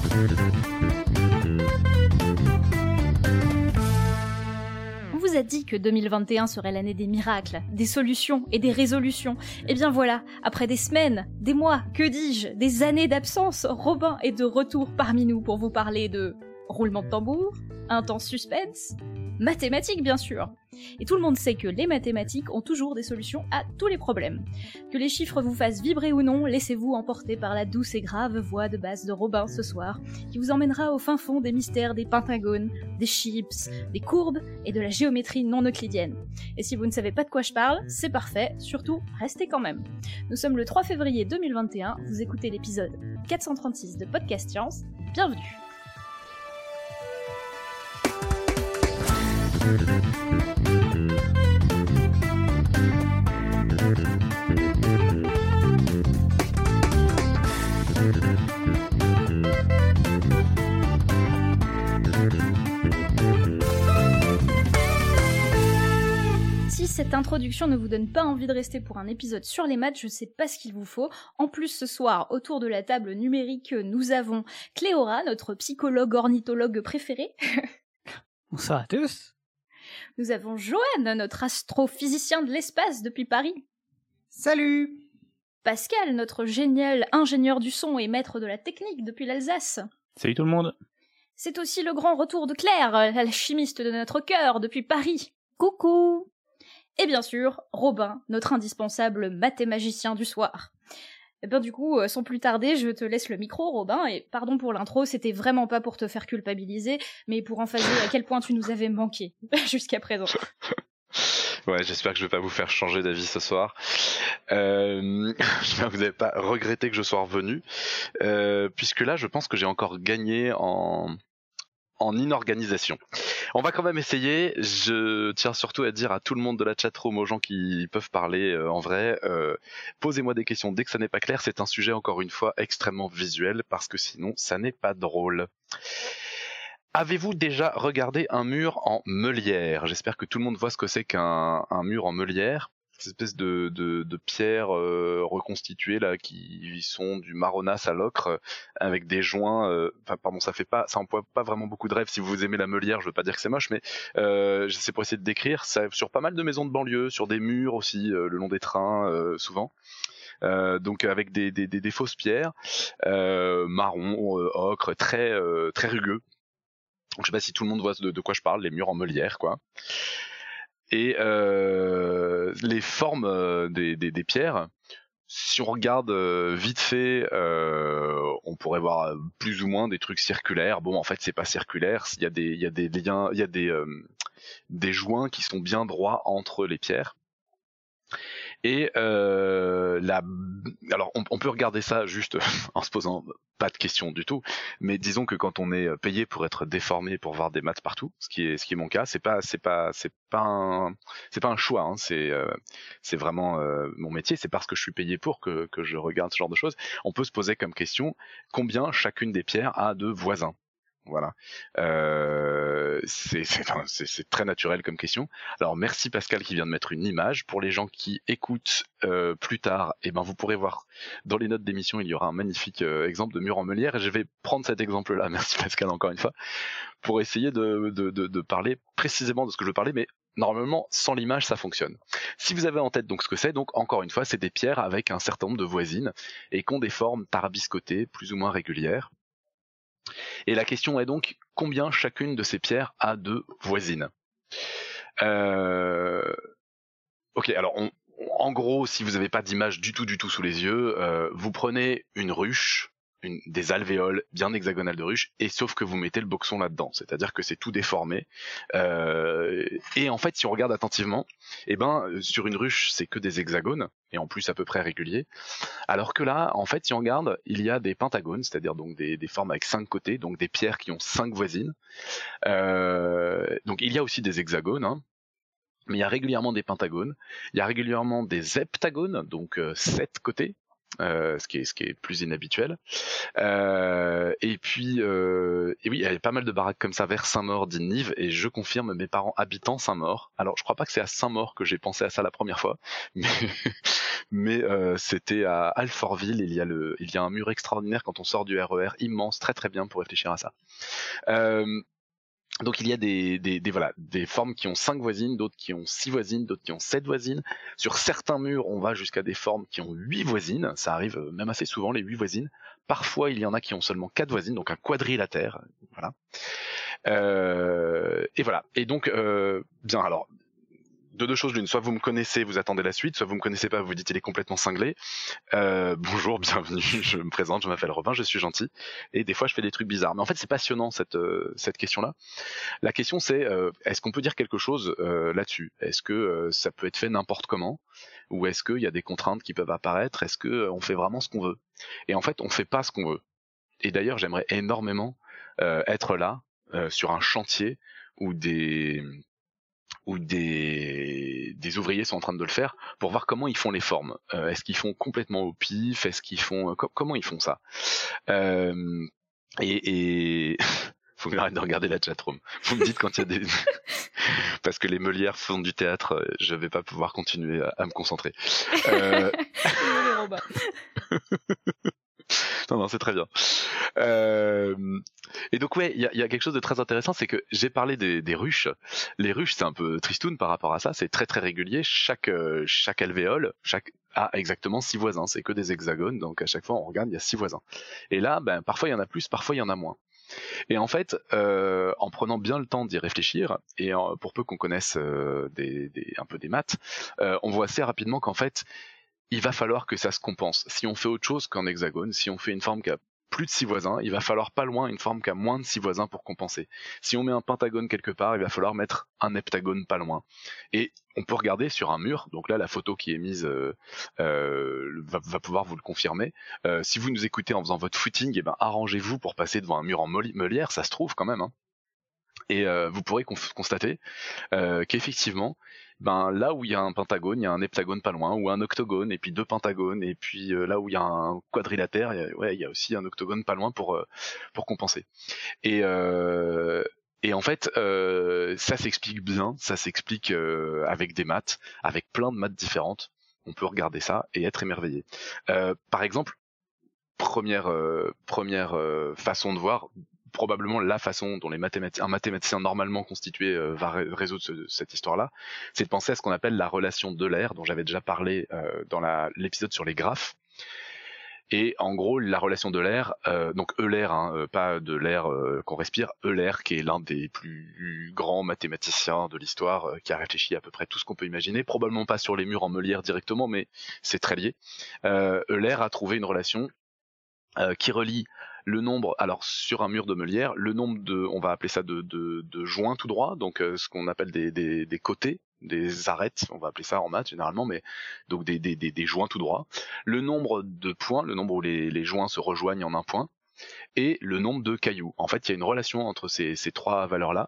On vous a dit que 2021 serait l'année des miracles, des solutions et des résolutions. Et bien voilà, après des semaines, des mois, que dis-je, des années d'absence, Robin est de retour parmi nous pour vous parler de roulement de tambour, intense suspense, mathématiques bien sûr. Et tout le monde sait que les mathématiques ont toujours des solutions à tous les problèmes. Que les chiffres vous fassent vibrer ou non, laissez-vous emporter par la douce et grave voix de basse de Robin ce soir, qui vous emmènera au fin fond des mystères des pentagones, des chips, des courbes et de la géométrie non euclidienne. Et si vous ne savez pas de quoi je parle, c'est parfait, surtout restez quand même. Nous sommes le 3 février 2021, vous écoutez l'épisode 436 de Podcast Science, bienvenue. Si cette introduction ne vous donne pas envie de rester pour un épisode sur les maths, je sais pas ce qu'il vous faut. En plus, ce soir, autour de la table numérique, nous avons Cléora, notre psychologue ornithologue préféré. Bonsoir à tous. Nous avons Johan, notre astrophysicien de l'espace depuis Paris. Salut. Pascal, notre génial ingénieur du son et maître de la technique depuis l'Alsace. Salut tout le monde. C'est aussi le grand retour de Claire, la chimiste de notre cœur depuis Paris. Coucou. Et bien sûr, Robin, notre indispensable mathémagicien du soir. Et ben du coup, sans plus tarder, je te laisse le micro, Robin, et pardon pour l'intro, c'était vraiment pas pour te faire culpabiliser, mais pour emphaser à quel point tu nous avais manqué, jusqu'à présent. Ouais, j'espère que je vais pas vous faire changer d'avis ce soir. J'espère que vous n'avez pas regretté que je sois revenu, puisque là, je pense que j'ai encore gagné en inorganisation. On va quand même essayer. Je tiens surtout à dire à tout le monde de la chatroom, aux gens qui peuvent parler en vrai, posez-moi des questions dès que ça n'est pas clair. C'est un sujet, encore une fois, extrêmement visuel, parce que sinon, ça n'est pas drôle. Avez-vous déjà regardé un mur en meulière ? J'espère que tout le monde voit ce que c'est qu'un mur en meulière. Cette espèce de pierres reconstituées là qui sont du marronasse à l'ocre avec des joints. Ça emploie pas vraiment beaucoup de rêves. Si vous aimez la meulière, je veux pas dire que c'est moche, mais c'est pour essayer de décrire. Ça sur pas mal de maisons de banlieue, sur des murs aussi, le long des trains souvent. Donc avec des fausses pierres marron, ocre, très rugueux. Donc, je sais pas si tout le monde voit de quoi je parle, les murs en meulière, quoi. Et les formes des pierres, si on regarde vite fait, on pourrait voir plus ou moins des trucs circulaires. Bon, en fait, c'est pas circulaire. Il y a des liens, il y a des joints qui sont bien droits entre les pierres. Et alors on peut regarder ça juste en se posant pas de questions du tout, mais disons que quand on est payé pour être déformé, pour voir des maths partout, ce qui est mon cas, c'est pas un choix, hein, c'est vraiment mon métier, c'est parce que je suis payé pour que je regarde ce genre de choses. On peut se poser comme question combien chacune des pierres a de voisins. Voilà, c'est très naturel comme question. Alors merci Pascal qui vient de mettre une image. Pour les gens qui écoutent plus tard, et ben vous pourrez voir dans les notes d'émission, il y aura un magnifique exemple de mur en meulière, et je vais prendre cet exemple-là. Merci Pascal encore une fois pour essayer de parler précisément de ce que je veux parler, mais normalement sans l'image ça fonctionne. Si vous avez en tête donc ce que c'est, donc encore une fois c'est des pierres avec un certain nombre de voisines et qui ont des formes tarabiscotées plus ou moins régulières. Et la question est donc, combien chacune de ces pierres a de voisines ? Ok, alors en gros, si vous n'avez pas d'image du tout sous les yeux, vous prenez une ruche, des alvéoles bien hexagonales de ruche, et sauf que vous mettez le boxon là-dedans, c'est-à-dire que c'est tout déformé. Et en fait, si on regarde attentivement, sur une ruche, c'est que des hexagones, et en plus à peu près réguliers. Alors que là, en fait, si on regarde, il y a des pentagones, c'est-à-dire donc des formes avec 5 côtés, donc des pierres qui ont 5 voisines. Donc il y a aussi des hexagones, hein, mais il y a régulièrement des pentagones, il y a régulièrement des heptagones, donc 7 côtés, ce qui est plus inhabituel. Et puis, et oui, il y avait pas mal de baraques comme ça vers Saint-Maur d'Ynives, et je confirme, mes parents habitant Saint-Maur. Alors, je crois pas que c'est à Saint-Maur que j'ai pensé à ça la première fois, mais c'était à Alfortville. Il y a un mur extraordinaire quand on sort du RER, immense, très très bien pour réfléchir à ça. Donc il y a des formes qui ont 5 voisines, d'autres qui ont 6 voisines, d'autres qui ont 7 voisines. Sur certains murs, on va jusqu'à des formes qui ont 8 voisines, ça arrive même assez souvent, les 8 voisines. Parfois, il y en a qui ont seulement 4 voisines, donc un quadrilatère, voilà. Et voilà. Et donc, bien, alors, de deux choses l'une, soit vous me connaissez, vous attendez la suite, soit vous me connaissez pas, vous vous dites il est complètement cinglé. Bonjour, bienvenue, je me présente, je m'appelle Robin, je suis gentil, et des fois je fais des trucs bizarres. Mais en fait c'est passionnant cette question-là. La question c'est, est-ce qu'on peut dire quelque chose là-dessus? Est-ce que ça peut être fait n'importe comment? Ou est-ce qu'il y a des contraintes qui peuvent apparaître? Est-ce qu'on fait vraiment ce qu'on veut? Et en fait on fait pas ce qu'on veut. Et d'ailleurs j'aimerais énormément être là, sur un chantier où des ouvriers sont en train de le faire pour voir comment ils font les formes. Est-ce qu'ils font complètement au pif? Est-ce qu'ils font comment ils font ça? Et faut que j'arrête de regarder la chatroom. Vous me dites quand il y a des parce que les Meulières font du théâtre, je vais pas pouvoir continuer à me concentrer. Désolé, Robin. Non, c'est très bien. Et donc ouais, il y a quelque chose de très intéressant, c'est que j'ai parlé des ruches. Les ruches, c'est un peu tristoun par rapport à ça, c'est très très régulier. Chaque alvéole, a exactement 6 voisins, c'est que des hexagones, donc à chaque fois on regarde, il y a 6 voisins. Et là, parfois il y en a plus, parfois il y en a moins. Et en fait, en prenant bien le temps d'y réfléchir, et pour peu qu'on connaisse un peu des maths, on voit assez rapidement qu'en fait, il va falloir que ça se compense. Si on fait autre chose qu'un hexagone, si on fait une forme qui a plus de 6 voisins, il va falloir pas loin une forme qui a moins de 6 voisins pour compenser. Si on met un pentagone quelque part, il va falloir mettre un heptagone pas loin. Et on peut regarder sur un mur, donc là la photo qui est mise va pouvoir vous le confirmer. Si vous nous écoutez en faisant votre footing, arrangez-vous pour passer devant un mur en meulière, ça se trouve quand même. Et vous pourrez constater qu'effectivement, là où il y a un pentagone, il y a un heptagone pas loin, ou un octogone, et puis 2 pentagones, et puis là où il y a un quadrilatère, il y a aussi un octogone pas loin pour compenser. Et en fait, ça s'explique bien, ça s'explique avec des maths, avec plein de maths différentes. On peut regarder ça et être émerveillé. Par exemple, première façon de voir, probablement la façon dont un mathématicien normalement constitué va résoudre cette histoire-là, c'est de penser à ce qu'on appelle la relation d'Euler, dont j'avais déjà parlé dans l'épisode sur les graphes. Et en gros, la relation d'Euler, donc Euler, pas de l'air qu'on respire, Euler, qui est l'un des plus grands mathématiciens de l'histoire, qui a réfléchi à peu près tout ce qu'on peut imaginer, probablement pas sur les murs en Meulière directement, mais c'est très lié. Euler a trouvé une relation qui relie le nombre, alors sur un mur de Meulière, le nombre on va appeler ça de joints tout droit, donc ce qu'on appelle des côtés, des arêtes, on va appeler ça en maths généralement, mais donc des joints tout droit, le nombre de points, le nombre où les joints se rejoignent en un point, et le nombre de cailloux. En fait, il y a une relation entre ces 3 valeurs-là,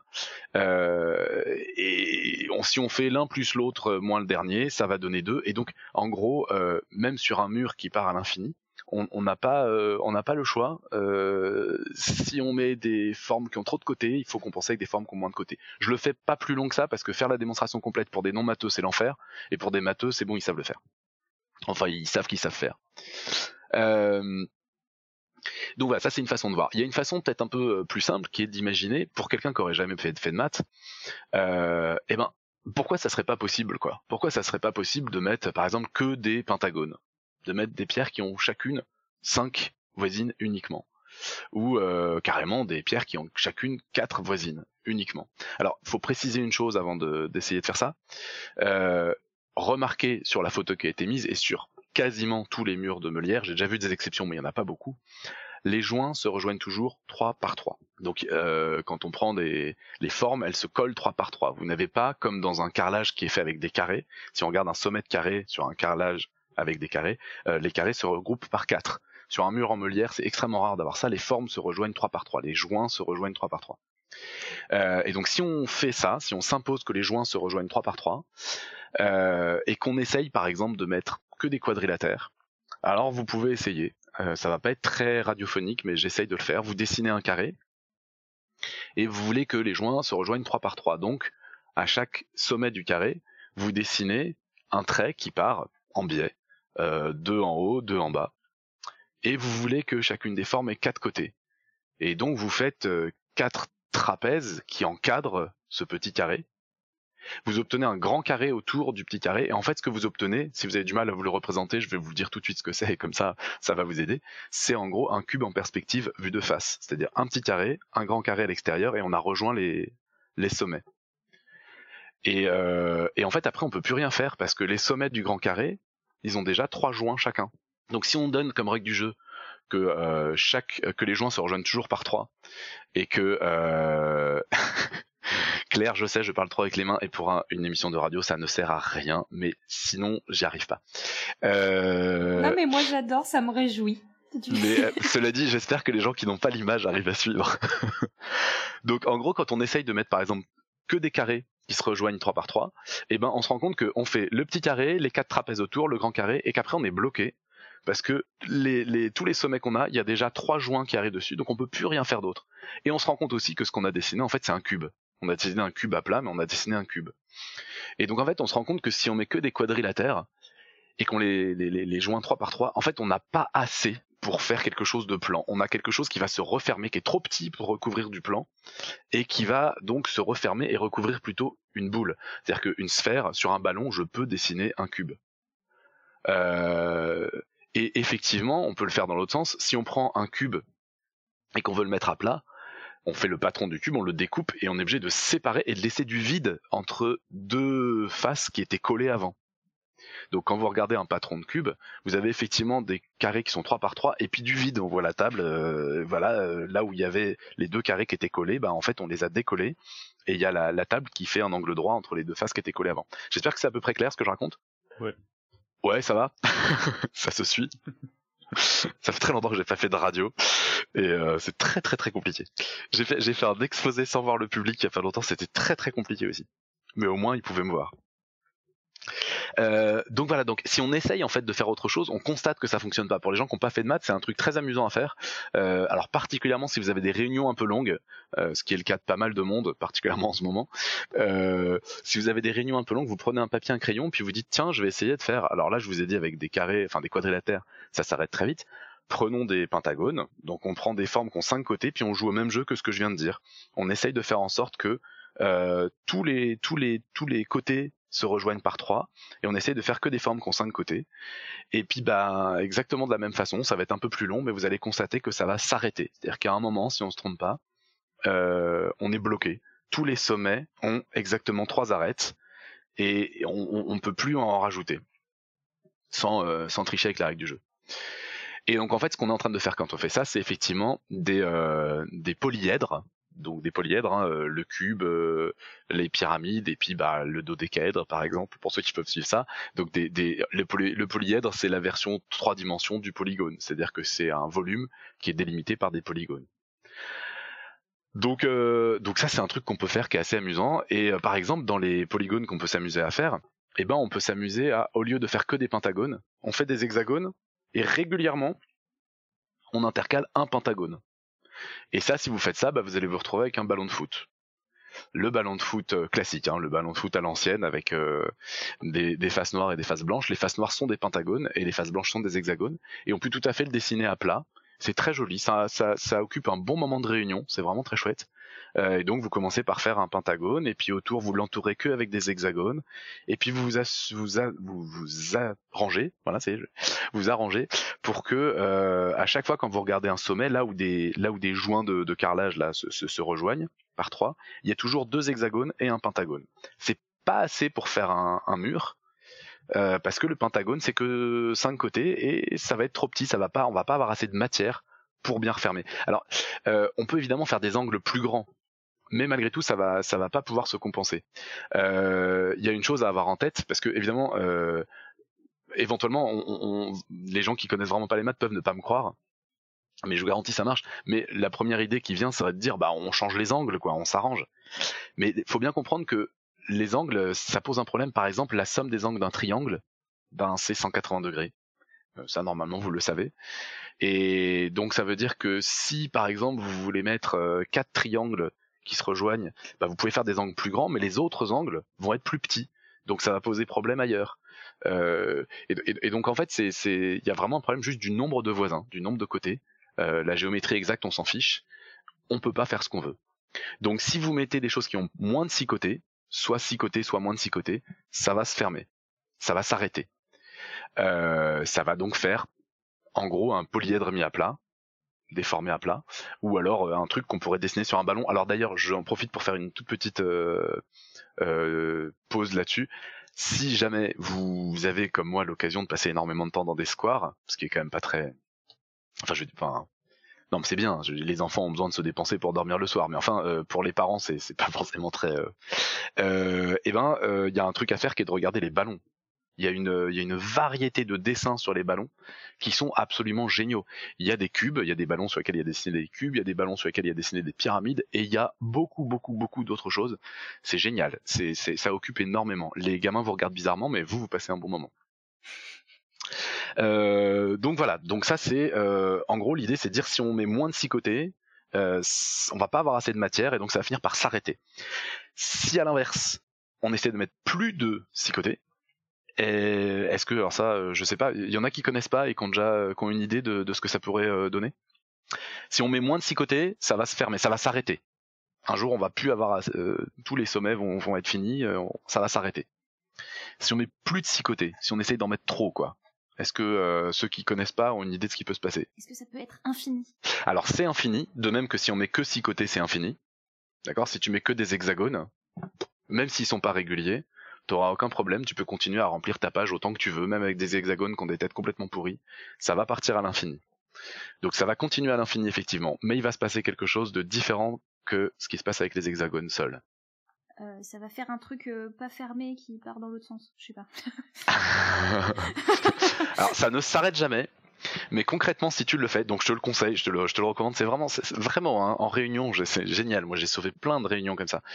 et si on fait l'un plus l'autre moins le dernier, ça va donner 2, et donc en gros, même sur un mur qui part à l'infini, on n'a pas le choix. Si on met des formes qui ont trop de côtés, il faut compenser avec des formes qui ont moins de côtés. Je le fais pas plus long que ça parce que faire la démonstration complète pour des non matheux c'est l'enfer, et pour des matheux c'est bon, ils savent le faire. Enfin, ils savent qu'ils savent faire. Donc voilà, ça c'est une façon de voir. Il y a une façon peut-être un peu plus simple qui est d'imaginer, pour quelqu'un qui aurait jamais fait de maths, pourquoi ça serait pas possible, quoi? Pourquoi ça serait pas possible de mettre par exemple que des pentagones, de mettre des pierres qui ont chacune 5 voisines uniquement, ou carrément des pierres qui ont chacune 4 voisines uniquement. Alors, faut préciser une chose avant d'essayer de faire ça. Remarquez sur la photo qui a été mise, et sur quasiment tous les murs de Meulière, j'ai déjà vu des exceptions mais il n'y en a pas beaucoup, les joints se rejoignent toujours 3 par 3. Donc quand on prend les formes, elles se collent 3 par 3. Vous n'avez pas, comme dans un carrelage qui est fait avec des carrés, si on regarde un sommet de carré sur un carrelage avec des carrés, les carrés se regroupent par 4. Sur un mur en Meulière, c'est extrêmement rare d'avoir ça, les formes se rejoignent 3 par 3, les joints se rejoignent 3 par 3. Et donc si on fait ça, si on s'impose que les joints se rejoignent 3 par 3, et qu'on essaye par exemple de mettre que des quadrilatères, Alors vous pouvez essayer. Ça va pas être très radiophonique, mais j'essaye de le faire. Vous dessinez un carré et vous voulez que les joints se rejoignent 3 par 3. Donc, à chaque sommet du carré, vous dessinez un trait qui part en biais, 2 en haut, 2 en bas. Et vous voulez que chacune des formes ait 4 côtés. Et donc vous faites 4 trapèzes qui encadrent ce petit carré. Vous obtenez un grand carré autour du petit carré, et en fait ce que vous obtenez, si vous avez du mal à vous le représenter, je vais vous dire tout de suite ce que c'est, et comme ça va vous aider. C'est en gros un cube en perspective vu de face, c'est-à-dire un petit carré, un grand carré à l'extérieur, et on a rejoint les sommets. Et en fait après on peut plus rien faire, parce que les sommets du grand carré, ils ont déjà 3 joints chacun. Donc si on donne comme règle du jeu que que les joints se rejoignent toujours par 3, et que Claire, je sais, je parle trop avec les mains, et pour une émission de radio, ça ne sert à rien, mais sinon, j'y arrive pas. Non, mais moi, j'adore, ça me réjouit. Mais cela dit, j'espère que les gens qui n'ont pas l'image arrivent à suivre. Donc, en gros, quand on essaye de mettre, par exemple, que des carrés qui se rejoignent 3 par 3, eh ben, on se rend compte qu'on fait le petit carré, les 4 trapèzes autour, le grand carré, et qu'après, on est bloqué. Parce que tous les sommets qu'on a, il y a déjà 3 joints qui arrivent dessus, donc on peut plus rien faire d'autre. Et on se rend compte aussi que ce qu'on a dessiné, en fait, c'est un cube. On a dessiné un cube à plat, mais on a dessiné un cube. Et donc en fait, on se rend compte que si on met que des quadrilatères, et qu'on les joint 3 par 3, en fait, on n'a pas assez pour faire quelque chose de plan. On a quelque chose qui va se refermer, qui est trop petit pour recouvrir du plan, et qui va donc se refermer et recouvrir plutôt une boule. C'est-à-dire qu'une sphère, sur un ballon, je peux dessiner un cube. Et effectivement, on peut le faire dans l'autre sens. Si on prend un cube et qu'on veut le mettre à plat, on fait le patron du cube, on le découpe et on est obligé de séparer et de laisser du vide entre 2 faces qui étaient collées avant. Donc quand vous regardez un patron de cube, vous avez effectivement des carrés qui sont 3 par 3 et puis du vide. On voit la table, là où il y avait les 2 carrés qui étaient collés, en fait on les a décollés et il y a la table qui fait un angle droit entre les 2 faces qui étaient collées avant. J'espère que c'est à peu près clair ce que je raconte. Ouais. Ouais, ça va. Ça se suit. Ça fait très longtemps que j'ai pas fait de radio et c'est très très très compliqué. J'ai fait un exposé sans voir le public il y a pas longtemps, c'était très très compliqué aussi. Mais au moins ils pouvaient me voir. Donc voilà, donc si on essaye en fait de faire autre chose, on constate que ça fonctionne pas. Pour les gens qui n'ont pas fait de maths, c'est un truc très amusant à faire. Alors particulièrement si vous avez des réunions un peu longues, ce qui est le cas de pas mal de monde, particulièrement en ce moment. Si vous avez des réunions un peu longues, vous prenez un papier, un crayon, puis vous dites tiens, je vais essayer de faire. Alors là, je vous ai dit avec des carrés, enfin des quadrilatères, ça s'arrête très vite. Prenons des pentagones, donc on prend des formes qui ont 5 côtés, puis on joue au même jeu que ce que je viens de dire. On essaye de faire en sorte que tous les côtés se rejoignent par 3 et on essaie de faire que des formes qui ont 5 côtés et puis exactement de la même façon, ça va être un peu plus long mais vous allez constater que ça va s'arrêter, c'est-à-dire qu'à un moment si on se trompe pas on est bloqué, tous les sommets ont exactement 3 arêtes et on peut plus en rajouter sans tricher avec la règle du jeu. Et donc en fait ce qu'on est en train de faire quand on fait ça, c'est effectivement des polyèdres. Donc des polyèdres, le cube, les pyramides et puis le dodécaèdre par exemple pour ceux qui peuvent suivre ça. Donc le polyèdre c'est la version 3 dimensions du polygone, c'est-à-dire que c'est un volume qui est délimité par des polygones. Donc ça c'est un truc qu'on peut faire qui est assez amusant et par exemple dans les polygones qu'on peut s'amuser à faire, on peut s'amuser à, au lieu de faire que des pentagones, on fait des hexagones et régulièrement on intercale un pentagone. Et ça, si vous faites ça, vous allez vous retrouver avec un ballon de foot. Le ballon de foot classique, le ballon de foot à l'ancienne avec des faces noires et des faces blanches. Les faces noires sont des pentagones et les faces blanches sont des hexagones. Et on peut tout à fait le dessiner à plat. C'est très joli, ça occupe un bon moment de réunion, c'est vraiment très chouette. Et donc vous commencez par faire un pentagone et puis autour vous l'entourez que avec des hexagones et puis vous arrangez, voilà, vous arrangez pour que à chaque fois quand vous regardez un sommet, là où des joints de carrelage là se rejoignent par 3, il y a toujours 2 hexagones et un pentagone. C'est pas assez pour faire un mur. Parce que le pentagone c'est que 5 côtés et ça va être trop petit, on va pas avoir assez de matière pour bien refermer. Alors on peut évidemment faire des angles plus grands, mais malgré tout ça va pas pouvoir se compenser. Il y a une chose à avoir en tête parce que évidemment éventuellement les gens qui connaissent vraiment pas les maths peuvent ne pas me croire. Mais je vous garantis ça marche. Mais la première idée qui vient, ça va de dire on change les angles quoi, on s'arrange. Mais il faut bien comprendre que les angles, ça pose un problème. Par exemple, la somme des angles d'un triangle, c'est 180 degrés. Ça, normalement, vous le savez. Et donc, ça veut dire que si, par exemple, vous voulez mettre 4 triangles qui se rejoignent, vous pouvez faire des angles plus grands, mais les autres angles vont être plus petits. Donc, ça va poser problème ailleurs. Et donc, en fait, il y a vraiment un problème juste du nombre de voisins, du nombre de côtés. La géométrie exacte, on s'en fiche. On peut pas faire ce qu'on veut. Donc, si vous mettez des choses qui ont moins de 6 côtés, soit 6 côtés, soit moins de 6 côtés, ça va se fermer. Ça va s'arrêter. Ça va donc faire en gros un polyèdre mis à plat, déformé à plat, ou alors un truc qu'on pourrait dessiner sur un ballon. Alors d'ailleurs, j'en profite pour faire une toute petite pause là-dessus. Si jamais vous avez comme moi l'occasion de passer énormément de temps dans des squares, ce qui est quand même pas très, non mais c'est bien, les enfants ont besoin de se dépenser pour dormir le soir, mais enfin pour les parents c'est pas forcément très il y a un truc à faire qui est de regarder les ballons. Il y a une variété de dessins sur les ballons qui sont absolument géniaux. Il y a des cubes, il y a des ballons sur lesquels il y a dessiné des cubes, il y a des ballons sur lesquels il y a dessiné des pyramides, et il y a beaucoup d'autres choses. C'est génial, ça occupe énormément. Les gamins vous regardent bizarrement, mais vous passez un bon moment. Donc voilà, donc ça c'est en gros l'idée, c'est de dire si on met moins de 6 côtés, on va pas avoir assez de matière et donc ça va finir par s'arrêter. Si à l'inverse on essaie de mettre plus de 6 côtés, est-ce que, alors ça je sais pas, il y en a qui connaissent pas et qui ont une idée de ce que ça pourrait donner. Si on met moins de 6 côtés, ça va se fermer, ça va s'arrêter. Un jour on va plus avoir tous les sommets vont être finis, ça va s'arrêter. Si on met plus de 6 côtés, si on essaye d'en mettre trop quoi, est-ce que ceux qui connaissent pas ont une idée de ce qui peut se passer? Est-ce que ça peut être infini? Alors c'est infini, de même que si on met que 6 côtés, c'est infini. D'accord? Si tu mets que des hexagones, même s'ils sont pas réguliers, t'auras aucun problème, tu peux continuer à remplir ta page autant que tu veux, même avec des hexagones qui ont des têtes complètement pourries. Ça va partir à l'infini. Donc ça va continuer à l'infini effectivement, mais il va se passer quelque chose de différent que ce qui se passe avec les hexagones seuls. Ça va faire un truc pas fermé qui part dans l'autre sens, je sais pas. Alors ça ne s'arrête jamais, mais concrètement si tu le fais, donc je te le conseille, je te le recommande, c'est vraiment hein, en réunion, c'est génial, moi j'ai sauvé plein de réunions comme ça.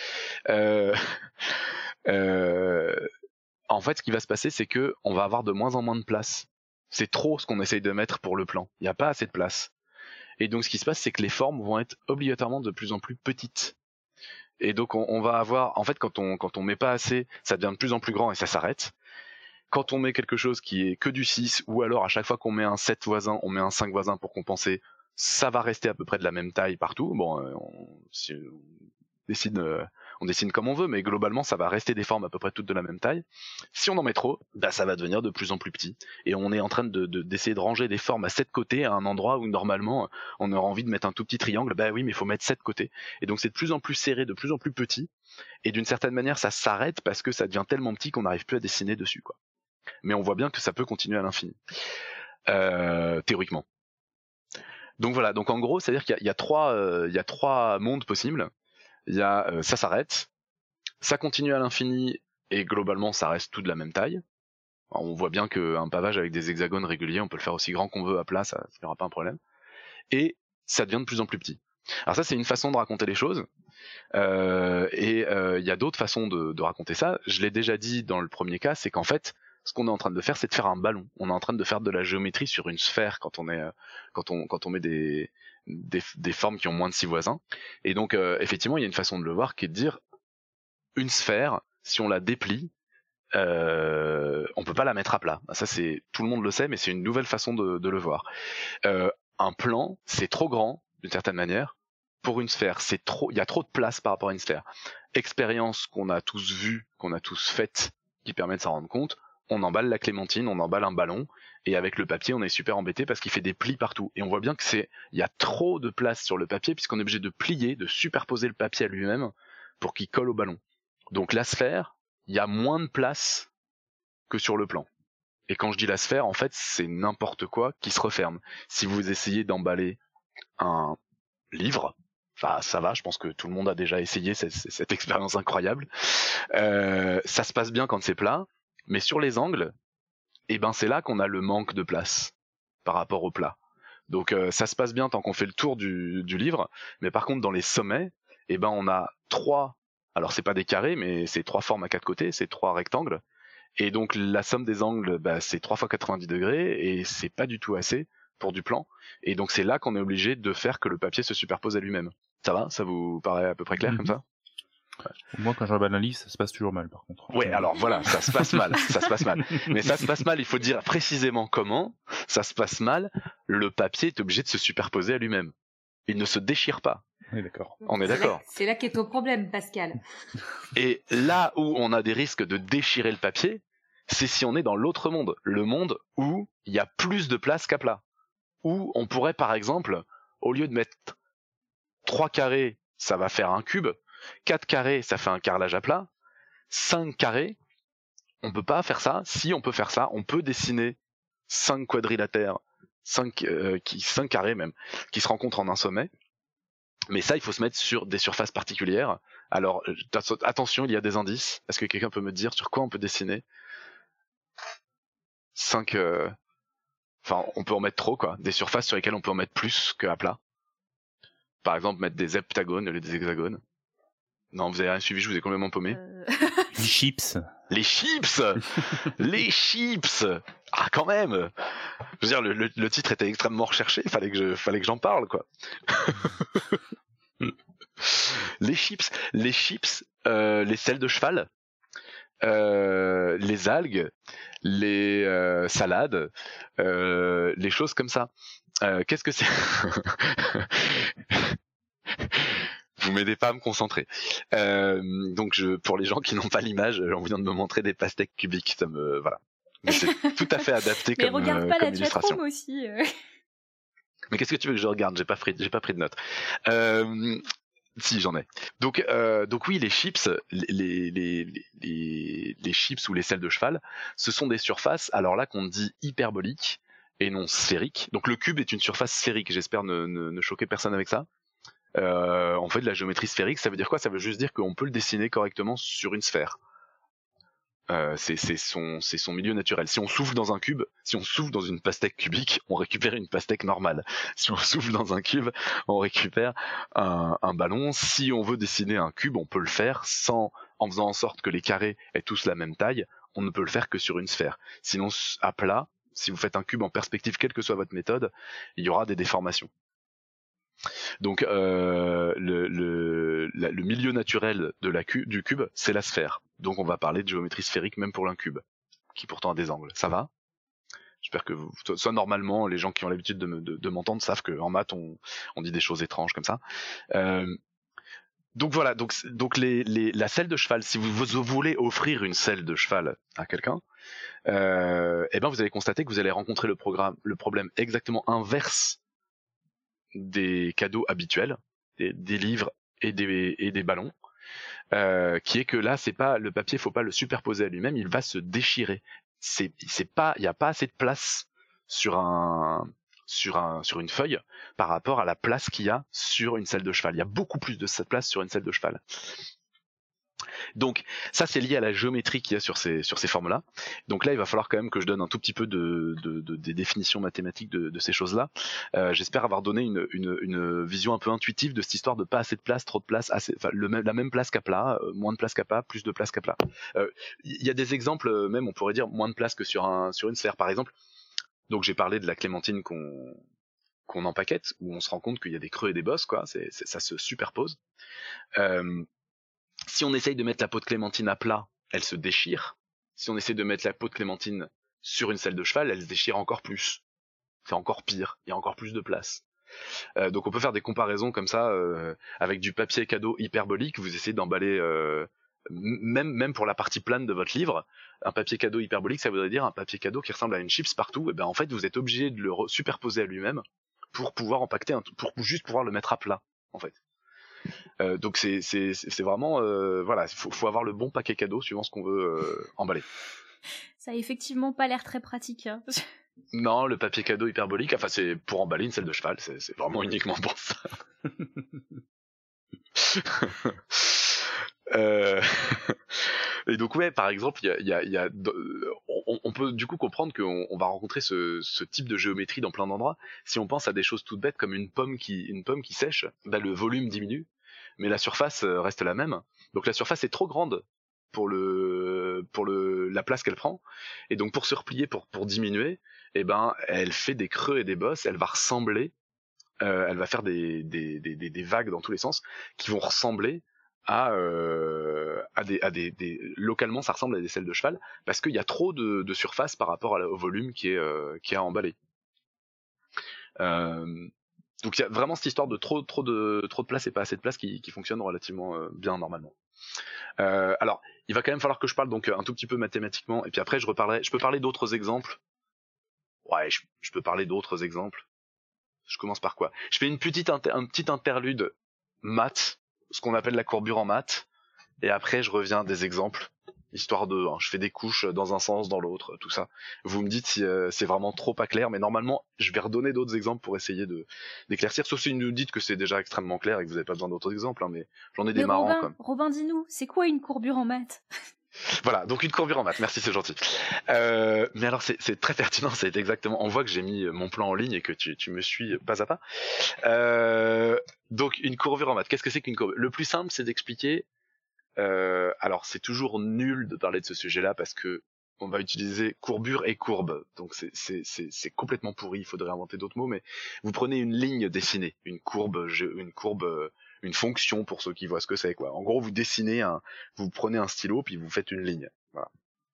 En fait ce qui va se passer c'est que on va avoir de moins en moins de place. C'est trop ce qu'on essaye de mettre pour le plan, il n'y a pas assez de place. Et donc ce qui se passe c'est que les formes vont être obligatoirement de plus en plus petites. Et donc on va avoir, en fait quand on met pas assez, ça devient de plus en plus grand et ça s'arrête. Quand on met quelque chose qui est que du 6, ou alors à chaque fois qu'on met un 7 voisin, on met un 5 voisin pour compenser, ça va rester à peu près de la même taille partout. Bon, on dessine comme on veut, mais globalement ça va rester des formes à peu près toutes de la même taille. Si on en met trop, ça va devenir de plus en plus petit. Et on est en train d'essayer de ranger des formes à 7 côtés à un endroit où normalement on aurait envie de mettre un tout petit triangle, oui mais il faut mettre 7 côtés. Et donc c'est de plus en plus serré, de plus en plus petit, et d'une certaine manière ça s'arrête parce que ça devient tellement petit qu'on n'arrive plus à dessiner dessus quoi. Mais on voit bien que ça peut continuer à l'infini, théoriquement. Donc voilà, donc en gros, c'est-à-dire qu'il y a trois mondes possibles. Il y a ça s'arrête, ça continue à l'infini et globalement ça reste tout de la même taille. Alors, on voit bien qu'un pavage avec des hexagones réguliers, on peut le faire aussi grand qu'on veut à plat, ça n'y aura pas un problème. Et ça devient de plus en plus petit. Alors ça c'est une façon de raconter les choses. Et il y a d'autres façons de raconter ça. Je l'ai déjà dit dans le premier cas, c'est qu'en fait ce qu'on est en train de faire, c'est de faire un ballon. On est en train de faire de la géométrie sur une sphère quand on met des formes qui ont moins de 6 voisins. Et donc, effectivement, il y a une façon de le voir qui est de dire une sphère, si on la déplie, on peut pas la mettre à plat. Ça, tout le monde le sait, mais c'est une nouvelle façon de le voir. Un plan, c'est trop grand, d'une certaine manière. Pour une sphère, il y a trop de place par rapport à une sphère. Expérience qu'on a tous vue, qu'on a tous faite, qui permet de s'en rendre compte. On emballe la clémentine, on emballe un ballon, et avec le papier, on est super embêté parce qu'il fait des plis partout. Et on voit bien que il y a trop de place sur le papier puisqu'on est obligé de plier, de superposer le papier à lui-même pour qu'il colle au ballon. Donc la sphère, il y a moins de place que sur le plan. Et quand je dis la sphère, en fait, c'est n'importe quoi qui se referme. Si vous essayez d'emballer un livre, ça va, je pense que tout le monde a déjà essayé cette expérience incroyable. Ça se passe bien quand c'est plat. Mais sur les angles, c'est là qu'on a le manque de place par rapport au plat. Donc ça se passe bien tant qu'on fait le tour du livre, mais par contre dans les sommets, on a 3, alors c'est pas des carrés, mais c'est 3 formes à 4 côtés, c'est 3 rectangles, Et donc la somme des angles, c'est 3 fois 90 degrés, et c'est pas du tout assez pour du plan. Et donc c'est là qu'on est obligé de faire que le papier se superpose à lui-même. Ça va ? Ça vous paraît à peu près clair comme ça ? Moi, quand je regarde un livre, ça se passe toujours mal, par contre. Ouais, alors voilà, ça se passe mal, ça se passe mal. Mais ça se passe mal, il faut dire précisément comment ça se passe mal. Le papier est obligé de se superposer à lui-même. Il ne se déchire pas. Oui, d'accord. On est d'accord. C'est là qu'est ton problème, Pascal. Et là où on a des risques de déchirer le papier, c'est si on est dans l'autre monde. Le monde où il y a plus de place qu'à plat. Où on pourrait, par exemple, au lieu de mettre 3 carrés, ça va faire un cube. 4 carrés, ça fait un carrelage à plat. 5 carrés, on peut pas faire ça. Si on peut faire ça, on peut dessiner 5 quadrilatères, 5 carrés même, qui se rencontrent en un sommet. Mais ça, il faut se mettre sur des surfaces particulières. Alors, attention, il y a des indices. Est-ce que quelqu'un peut me dire sur quoi on peut dessiner 5... Enfin, on peut en mettre trop, quoi. Des surfaces sur lesquelles on peut en mettre plus qu'à plat. Par exemple, mettre des heptagones au lieu des hexagones. Non, vous avez rien suivi, je vous ai complètement paumé. Les chips. Les chips Les chips. Ah, quand même. Je veux dire, le titre était extrêmement recherché, fallait que j'en parle, quoi. Les chips, les selles de cheval, les algues, les salades, les choses comme ça. Qu'est-ce que c'est? Vous m'aidez pas à me concentrer. Donc pour les gens qui n'ont pas l'image, on vient de me montrer des pastèques cubiques. Ça me voilà. Mais c'est tout à fait adapté Mais comme regarde pas comme la illustration. chatroom aussi. Mais qu'est-ce que tu veux que je regarde? J'ai pas pris de notes. Si, j'en ai. Donc oui, les chips, les chips ou les selles de cheval, ce sont des surfaces, alors là qu'on dit hyperboliques et non sphériques. Donc le cube est une surface sphérique, j'espère ne choquer personne avec ça. On fait de la géométrie sphérique, ça veut dire quoi? Ça veut juste dire qu'on peut le dessiner correctement sur une sphère. C'est son milieu naturel. Si on souffle dans un cube, si on souffle dans une pastèque cubique, on récupère une pastèque normale. Si on souffle dans un cube, on récupère un ballon. Si on veut dessiner un cube, on peut le faire en faisant en sorte que les carrés aient tous la même taille. On ne peut le faire que sur une sphère. Sinon, à plat, si vous faites un cube en perspective, quelle que soit votre méthode, il y aura des déformations. Donc le milieu naturel du cube, c'est la sphère. Donc on va parler de géométrie sphérique même pour un cube, qui pourtant a des angles. Ça va? J'espère que soit normalement, les gens qui ont l'habitude de m'entendre savent qu'en maths on dit des choses étranges comme ça. Donc voilà, donc la selle de cheval, si vous voulez offrir une selle de cheval à quelqu'un, eh ben vous allez constater que vous allez rencontrer le problème exactement inverse des cadeaux habituels, des livres et des ballons, qui est que là, c'est pas le papier, faut pas le superposer à lui-même, il va se déchirer. Il y a pas assez de place sur une feuille par rapport à la place qu'il y a sur une selle de cheval. Il y a beaucoup plus de place sur une selle de cheval. Donc ça, c'est lié à la géométrie qu'il y a sur ces formes-là. Donc là, il va falloir quand même que je donne un tout petit peu des définitions mathématiques de ces choses-là. J'espère avoir donné une vision un peu intuitive de cette histoire de pas assez de place, trop de place, la même place qu'à plat, moins de place qu'à plat, plus de place qu'à plat. Il y a des exemples, même on pourrait dire moins de place que sur une sphère, par exemple. Donc j'ai parlé de la clémentine qu'on empaquette, où on se rend compte qu'il y a des creux et des bosses, quoi. Ça se superpose. Si on essaye de mettre la peau de clémentine à plat, elle se déchire. Si on essaye de mettre la peau de clémentine sur une selle de cheval, elle se déchire encore plus. C'est encore pire, il y a encore plus de place. Donc on peut faire des comparaisons comme ça, avec du papier cadeau hyperbolique, vous essayez d'emballer, même pour la partie plane de votre livre, un papier cadeau hyperbolique, ça voudrait dire un papier cadeau qui ressemble à une chips partout, et ben en fait vous êtes obligé de le superposer à lui-même pour pouvoir empaqueter, pour juste pouvoir le mettre à plat, en fait. Donc c'est vraiment voilà, faut avoir le bon paquet cadeau suivant ce qu'on veut emballer. Ça a effectivement pas l'air très pratique. Hein. Non, le papier cadeau hyperbolique, enfin c'est pour emballer une selle de cheval, c'est vraiment uniquement pour ça. Et donc ouais, par exemple, on peut du coup comprendre qu'on va rencontrer ce type de géométrie dans plein d'endroits. Si on pense à des choses toutes bêtes comme une pomme qui sèche, bah le volume diminue, mais la surface reste la même. Donc la surface est trop grande la place qu'elle prend, et donc pour se replier, pour diminuer, eh ben elle fait des creux et des bosses, elle va ressembler, elle va faire des vagues dans tous les sens qui vont ressembler à des localement ça ressemble à des selles de cheval parce qu'il y a trop de surface par rapport au volume qui est à emballer. Donc il y a vraiment cette histoire de trop de place et pas assez de place qui fonctionne relativement bien normalement. Alors il va quand même falloir que je parle donc un tout petit peu mathématiquement et puis après je peux parler d'autres exemples. Ouais, je peux parler d'autres exemples. Je commence par quoi? Je fais un petit interlude maths, ce qu'on appelle la courbure en maths, et après je reviens à des exemples, histoire de, je fais des couches dans un sens, dans l'autre, tout ça. Vous me dites si c'est vraiment trop pas clair, mais normalement je vais redonner d'autres exemples pour essayer d'éclaircir, sauf si vous nous dites que c'est déjà extrêmement clair et que vous n'avez pas besoin d'autres exemples, hein, mais j'en ai des marrants comme. Robin, dis-nous, c'est quoi une courbure en maths? Voilà, donc une courbure en maths, merci, c'est gentil. Mais alors c'est très pertinent, c'est exactement, on voit que j'ai mis mon plan en ligne et que tu me suis pas à pas. Donc une courbure en maths, qu'est-ce que c'est qu'une courbure? Le plus simple, c'est d'expliquer, alors c'est toujours nul de parler de ce sujet-là parce que on va utiliser courbure et courbe, donc c'est complètement pourri, il faudrait inventer d'autres mots, mais vous prenez une ligne dessinée, une courbe, une fonction pour ceux qui voient ce que c'est, quoi. En gros, vous prenez un stylo puis vous faites une ligne. Voilà.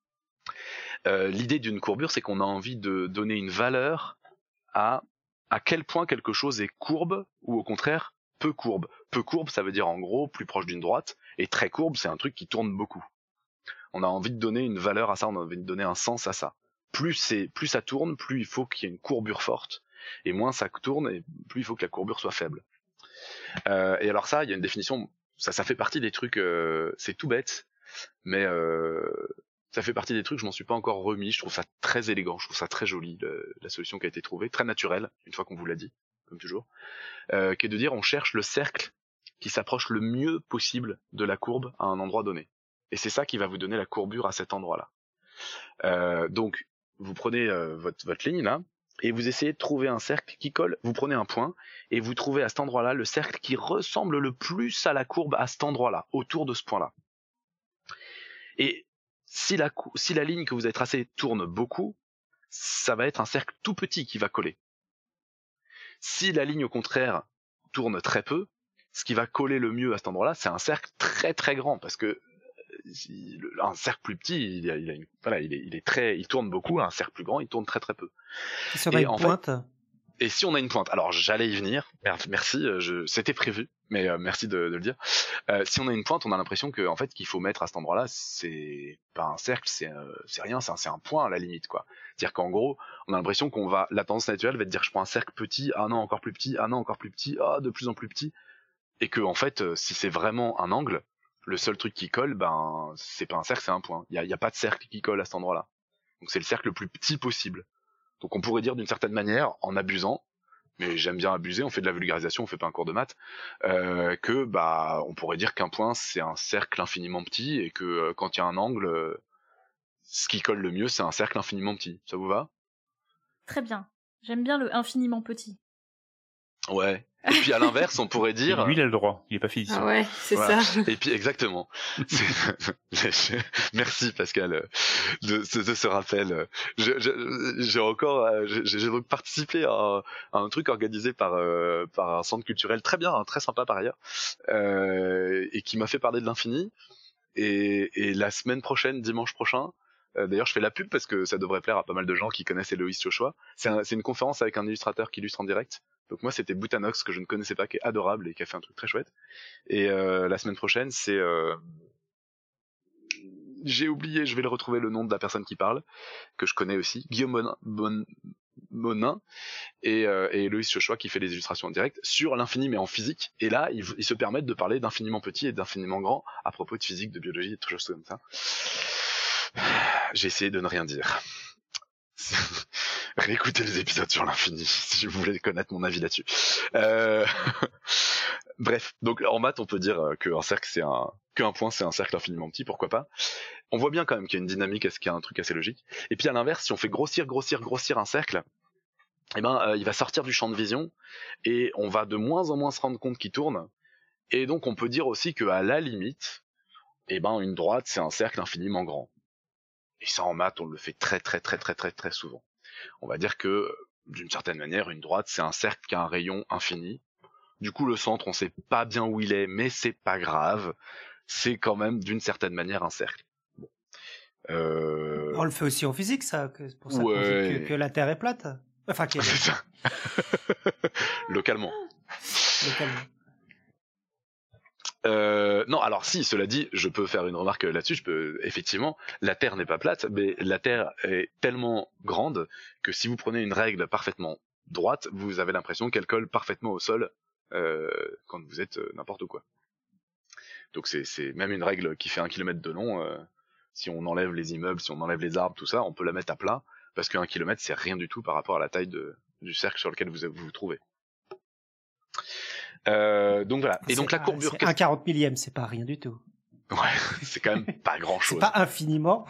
L'idée d'une courbure, c'est qu'on a envie de donner une valeur à quel point quelque chose est courbe ou au contraire peu courbe. Peu courbe, ça veut dire en gros plus proche d'une droite, et très courbe, c'est un truc qui tourne beaucoup. On a envie de donner une valeur à ça, on a envie de donner un sens à ça. Plus ça tourne, plus il faut qu'il y ait une courbure forte, et moins ça tourne, et plus il faut que la courbure soit faible. Et alors ça, il y a une définition, ça fait partie des trucs, c'est tout bête, mais ça fait partie des trucs, je m'en suis pas encore remis, je trouve ça très élégant, je trouve ça très joli, la solution qui a été trouvée, très naturelle, une fois qu'on vous l'a dit, comme toujours, qui est de dire on cherche le cercle qui s'approche le mieux possible de la courbe à un endroit donné. Et c'est ça qui va vous donner la courbure à cet endroit-là. Donc, vous prenez votre ligne là, et vous essayez de trouver un cercle qui colle, vous prenez un point, et vous trouvez à cet endroit-là le cercle qui ressemble le plus à la courbe à cet endroit-là, autour de ce point-là. Et si la ligne que vous avez tracée tourne beaucoup, ça va être un cercle tout petit qui va coller. Si la ligne au contraire tourne très peu, ce qui va coller le mieux à cet endroit-là, c'est un cercle très très grand, parce que un cercle plus petit, il tourne beaucoup, un cercle plus grand, il tourne très très peu. Et si on a une pointe, et si on a une pointe, alors j'allais y venir, merci, c'était prévu, mais merci de le dire. Si on a une pointe, on a l'impression que en fait qu'il faut mettre à cet endroit-là, c'est pas un cercle, c'est rien, c'est un point à la limite, quoi. C'est-à-dire qu'en gros, on a l'impression la tendance naturelle va te dire je prends un cercle petit, ah non encore plus petit, ah non encore plus petit, ah de plus en plus petit, et que en fait si c'est vraiment un angle, le seul truc qui colle, ben c'est pas un cercle, c'est un point. Il y a pas de cercle qui colle à cet endroit-là. Donc c'est le cercle le plus petit possible. Donc on pourrait dire d'une certaine manière, en abusant, mais j'aime bien abuser, on fait de la vulgarisation, on fait pas un cours de maths, que on pourrait dire qu'un point c'est un cercle infiniment petit et que quand il y a un angle, ce qui colle le mieux c'est un cercle infiniment petit. Ça vous va? Très bien. J'aime bien le infiniment petit. Ouais. Et puis à l'inverse, on pourrait dire. Lui, il a le droit, il est pas physicien. Ah ouais, c'est voilà. ça. Et puis exactement. Merci Pascal de ce rappel. J'ai donc participé à un truc organisé par un centre culturel très bien, très sympa par ailleurs, et qui m'a fait parler de l'infini. Et la semaine prochaine, dimanche prochain. D'ailleurs, je fais la pub parce que ça devrait plaire à pas mal de gens qui connaissent Héloïse Joshua. C'est une conférence avec un illustrateur qui illustre en direct. Donc moi, c'était Boutanox, que je ne connaissais pas, qui est adorable et qui a fait un truc très chouette. Et la semaine prochaine, c'est... J'ai oublié, je vais le retrouver le nom de la personne qui parle, que je connais aussi, Guillaume Monin et Héloïse Joshua qui fait les illustrations en direct sur l'infini mais en physique. Et là, ils se permettent de parler d'infiniment petit et d'infiniment grand à propos de physique, de biologie et de choses comme ça. J'ai essayé de ne rien dire. Réécoutez les épisodes sur l'infini si vous voulez connaître mon avis là-dessus. Bref, donc en maths on peut dire qu'un cercle qu'un point c'est un cercle infiniment petit, pourquoi pas. On voit bien quand même qu'il y a une dynamique, qu'il y a un truc assez logique. Et puis à l'inverse, si on fait grossir un cercle, il va sortir du champ de vision et on va de moins en moins se rendre compte qu'il tourne. Et donc on peut dire aussi qu'à la limite, et ben une droite c'est un cercle infiniment grand. Et ça en maths on le fait très très très très très très souvent. On va dire que d'une certaine manière une droite c'est un cercle qui a un rayon infini. Du coup le centre on sait pas bien où il est, mais c'est pas grave, c'est quand même d'une certaine manière un cercle. Bon. On le fait aussi en physique, ça, c'est pour ça qu'on dit que la Terre est plate. Enfin, c'est ça. Localement. Non, alors si, cela dit, je peux faire une remarque là-dessus. Effectivement, la Terre n'est pas plate, mais la Terre est tellement grande que si vous prenez une règle parfaitement droite, vous avez l'impression qu'elle colle parfaitement au sol quand vous êtes n'importe quoi. Donc c'est même une règle qui fait 1 kilomètre de long. Si on enlève les immeubles, si on enlève les arbres, tout ça, on peut la mettre à plat parce que 1 kilomètre c'est rien du tout par rapport à la taille du cercle sur lequel vous trouvez. Donc voilà. Et donc la courbure. C'est 1/40 millième, c'est pas rien du tout. Ouais, c'est quand même pas grand chose. C'est pas infiniment.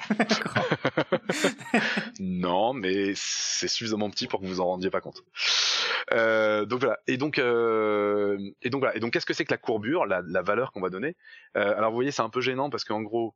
Non, mais c'est suffisamment petit pour que vous en rendiez pas compte. Donc voilà. Et donc voilà. Et donc qu'est-ce que c'est que la courbure, la valeur qu'on va donner? Alors vous voyez, c'est un peu gênant parce qu'en gros,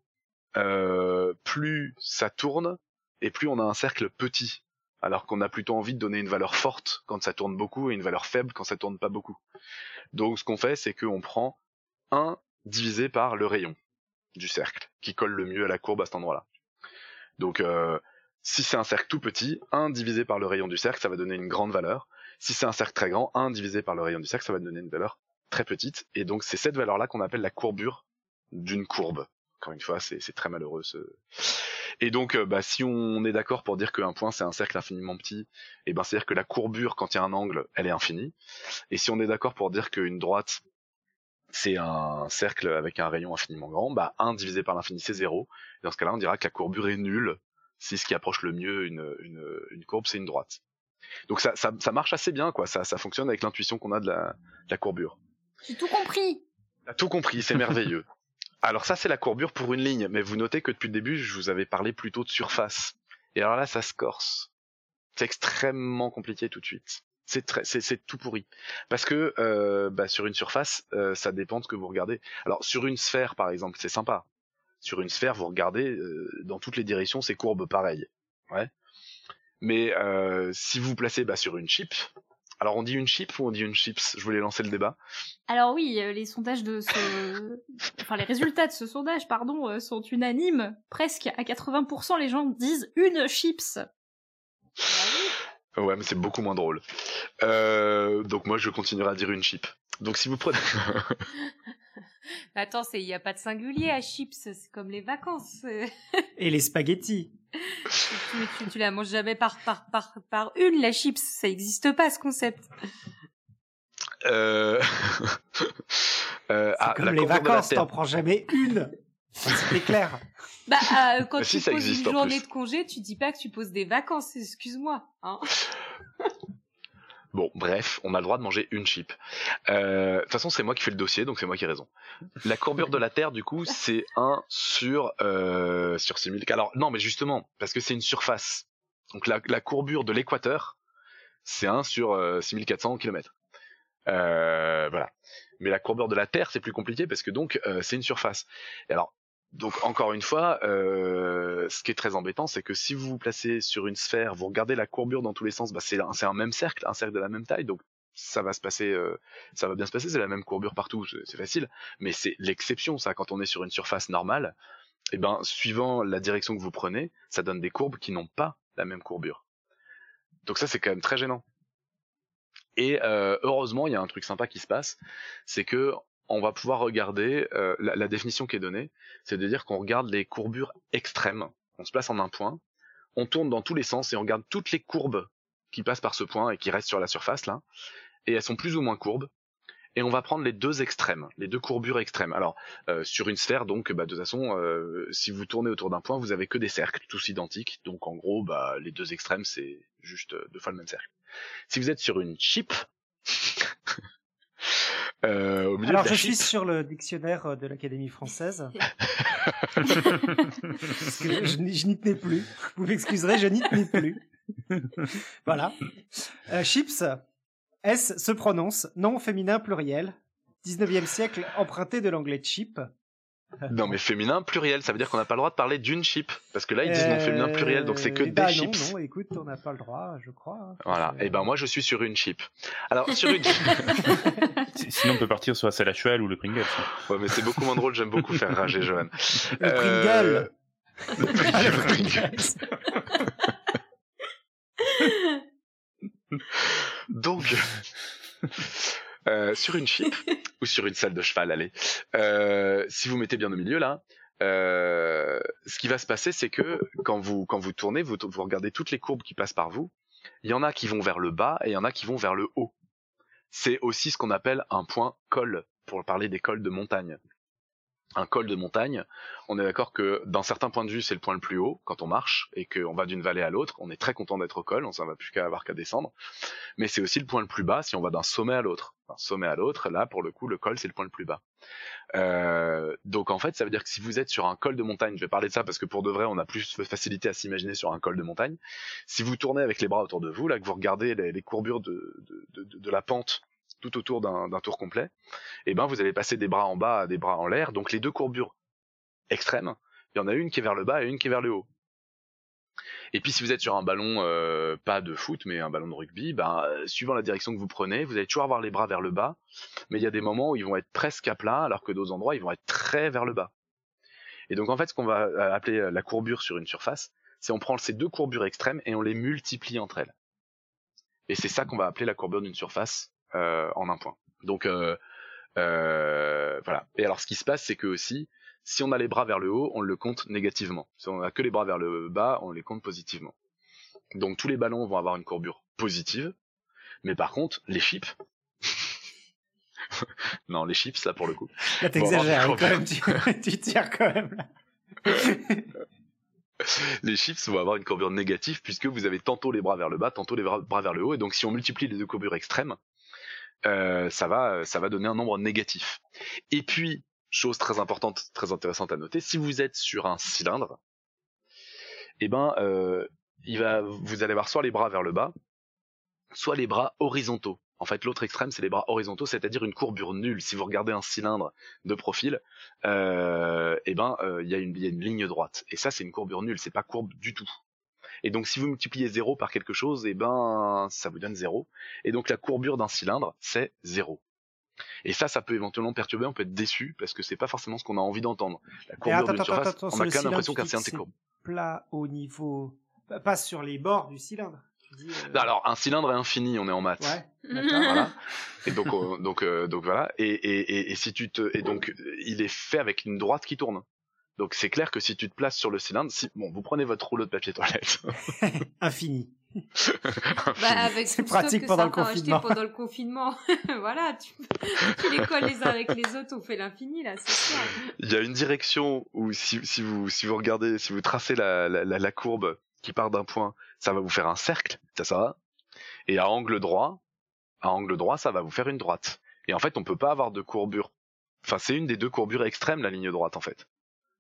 plus ça tourne et plus on a un cercle petit. Alors qu'on a plutôt envie de donner une valeur forte quand ça tourne beaucoup et une valeur faible quand ça tourne pas beaucoup. Donc ce qu'on fait, c'est qu'on prend 1 divisé par le rayon du cercle, qui colle le mieux à la courbe à cet endroit-là. Donc si c'est un cercle tout petit, 1 divisé par le rayon du cercle, ça va donner une grande valeur. Si c'est un cercle très grand, 1 divisé par le rayon du cercle, ça va donner une valeur très petite. Et donc c'est cette valeur-là qu'on appelle la courbure d'une courbe. Encore une fois, c'est très malheureux. Et donc si on est d'accord pour dire qu'un point c'est un cercle infiniment petit, et ben c'est-à-dire que la courbure quand il y a un angle, elle est infinie. Et si on est d'accord pour dire qu'une droite c'est un cercle avec un rayon infiniment grand, 1 divisé par l'infini c'est 0. Et dans ce cas-là, on dira que la courbure est nulle si ce qui approche le mieux une courbe c'est une droite. Donc ça marche assez bien, quoi. Ça fonctionne avec l'intuition qu'on a de la courbure. J'ai tout compris. T'as tout compris, c'est merveilleux. Alors ça c'est la courbure pour une ligne, mais vous notez que depuis le début je vous avais parlé plutôt de surface. Et alors là ça se corse. C'est extrêmement compliqué tout de suite. C'est tout pourri. Parce que sur une surface, ça dépend de ce que vous regardez. Alors sur une sphère par exemple, c'est sympa. Sur une sphère, vous regardez dans toutes les directions, c'est courbe pareil. Ouais. Mais si vous vous placez sur une chip, alors on dit une chip ou on dit une chips? Je voulais lancer le débat. Alors oui, les sondages les résultats de ce sondage, sont unanimes. Presque à 80%, les gens disent une chips. Ouais, mais c'est beaucoup moins drôle. Donc moi, je continuerai à dire une chip. Donc si vous prenez... Attends, il n'y a pas de singulier à chips, c'est comme les vacances. Et les spaghettis. Tu la manges jamais par une, la chips. Ça n'existe pas, ce concept. C'est comme les vacances, t'en prends jamais une. C'est clair. Quand tu poses une journée de congé, tu dis pas que tu poses des vacances, excuse-moi. Hein. Bon, bref, on a le droit de manger une chip. De toute façon, c'est moi qui fais le dossier, donc c'est moi qui ai raison. La courbure de la Terre, du coup, c'est 1 sur 6000. Alors, non, mais justement, parce que c'est une surface. Donc la courbure de l'équateur, c'est 1 sur 6400 km. Voilà. Mais la courbure de la Terre, c'est plus compliqué parce que donc c'est une surface. Et alors, donc encore une fois, ce qui est très embêtant, c'est que si vous vous placez sur une sphère, vous regardez la courbure dans tous les sens, c'est un même cercle, un cercle de la même taille, donc ça va bien se passer, c'est la même courbure partout, c'est facile. Mais c'est l'exception, ça, quand on est sur une surface normale, et suivant la direction que vous prenez, ça donne des courbes qui n'ont pas la même courbure. Donc ça, c'est quand même très gênant. Et heureusement, il y a un truc sympa qui se passe, c'est que on va pouvoir regarder la définition qui est donnée, c'est de dire qu'on regarde les courbures extrêmes. On se place en un point, on tourne dans tous les sens et on regarde toutes les courbes qui passent par ce point et qui restent sur la surface là, et elles sont plus ou moins courbes. Et on va prendre les deux extrêmes, les deux courbures extrêmes. Alors sur une sphère, donc de toute façon, si vous tournez autour d'un point, vous avez que des cercles tous identiques. Donc en gros, les deux extrêmes, c'est juste 2 fois le même cercle. Si vous êtes sur une chip, au milieu alors de la je chip, suis sur le dictionnaire de l'Académie française. Parce que je n'y tenais plus. Vous m'excuserez, je n'y tenais plus. Voilà. Chips. S se prononce nom féminin pluriel. 19e siècle emprunté de l'anglais chip. Non mais féminin pluriel, ça veut dire qu'on n'a pas le droit de parler d'une chip, parce que là ils disent non féminin pluriel, donc c'est que des chips. Non, écoute, on n'a pas le droit, je crois. Hein, voilà, et ben moi je suis sur une chip. Alors sur une Sinon on peut partir sur la selle à cheval ou le Pringles. Ouais mais c'est beaucoup moins drôle, j'aime beaucoup faire rager Johan. Le Pringle. Le Pringles. Donc sur une chip ou sur une selle de cheval, allez. Si vous mettez bien au milieu là, ce qui va se passer, c'est que quand vous tournez, vous regardez toutes les courbes qui passent par vous. Il y en a qui vont vers le bas et il y en a qui vont vers le haut. C'est aussi ce qu'on appelle un point col, pour parler des cols de montagne. Un col de montagne, on est d'accord que d'un certain point de vue, c'est le point le plus haut quand on marche et qu'on va d'une vallée à l'autre. On est très content d'être au col, on s'en va plus qu'à avoir qu'à descendre. Mais c'est aussi le point le plus bas si on va d'un sommet à l'autre. D'un sommet à l'autre, là pour le coup, le col c'est le point le plus bas. Donc en fait, ça veut dire que si vous êtes sur un col de montagne, je vais parler de ça parce que pour de vrai, on a plus de facilité à s'imaginer sur un col de montagne. Si vous tournez avec les bras autour de vous, là que vous regardez les courbures de la pente tout autour d'un tour complet, et ben vous allez passer des bras en bas à des bras en l'air, donc les deux courbures extrêmes, il y en a une qui est vers le bas et une qui est vers le haut. Et puis si vous êtes sur un ballon, pas de foot, mais un ballon de rugby, suivant la direction que vous prenez, vous allez toujours avoir les bras vers le bas, mais il y a des moments où ils vont être presque à plat, alors que d'autres endroits, ils vont être très vers le bas. Et donc en fait, ce qu'on va appeler la courbure sur une surface, c'est on prend ces deux courbures extrêmes et on les multiplie entre elles. Et c'est ça qu'on va appeler la courbure d'une surface en un point. Donc voilà. Et alors ce qui se passe, c'est que aussi, si on a les bras vers le haut, on le compte négativement. Si on a que les bras vers le bas, on les compte positivement. Donc tous les ballons vont avoir une courbure positive, mais par contre, les chips... non, les chips, là, pour le coup... Là, t'exagères, quand même, tu tires quand même, là. Les chips vont avoir une courbure négative, puisque vous avez tantôt les bras vers le bas, tantôt les bras vers le haut, et donc si on multiplie les deux courbures extrêmes, ça va donner un nombre négatif. Et puis, chose très importante, très intéressante à noter, si vous êtes sur un cylindre, vous allez avoir soit les bras vers le bas, soit les bras horizontaux. En fait, l'autre extrême, c'est les bras horizontaux, c'est-à-dire une courbure nulle. Si vous regardez un cylindre de profil, il y a une ligne droite. Et ça, c'est une courbure nulle, c'est pas courbe du tout. Et donc, si vous multipliez 0 par quelque chose, ça vous donne 0. Et donc, la courbure d'un cylindre, c'est 0. Et ça peut éventuellement perturber, on peut être déçu, parce que c'est pas forcément ce qu'on a envie d'entendre. La courbure d'une surface, on a quand même l'impression qu'un cylindre, c'est courbe. Plat au niveau, pas sur les bords du cylindre. Alors, un cylindre est infini, on est en maths. Ouais, d'accord. Voilà. Et donc voilà. Et donc, il est fait avec une droite qui tourne. Donc, c'est clair que si tu te places sur le cylindre, vous prenez votre rouleau de papier toilette. Infini. Avec c'est pratique pendant le confinement. Pendant le confinement. Voilà, tu les colles les uns avec les autres, on fait l'infini, là, c'est ça. Il y a une direction où si vous regardez, si vous tracez la courbe qui part d'un point, ça va vous faire un cercle, ça va. Et à angle droit, ça va vous faire une droite. Et en fait, on peut pas avoir de courbure. Enfin, c'est une des deux courbures extrêmes, la ligne droite, en fait.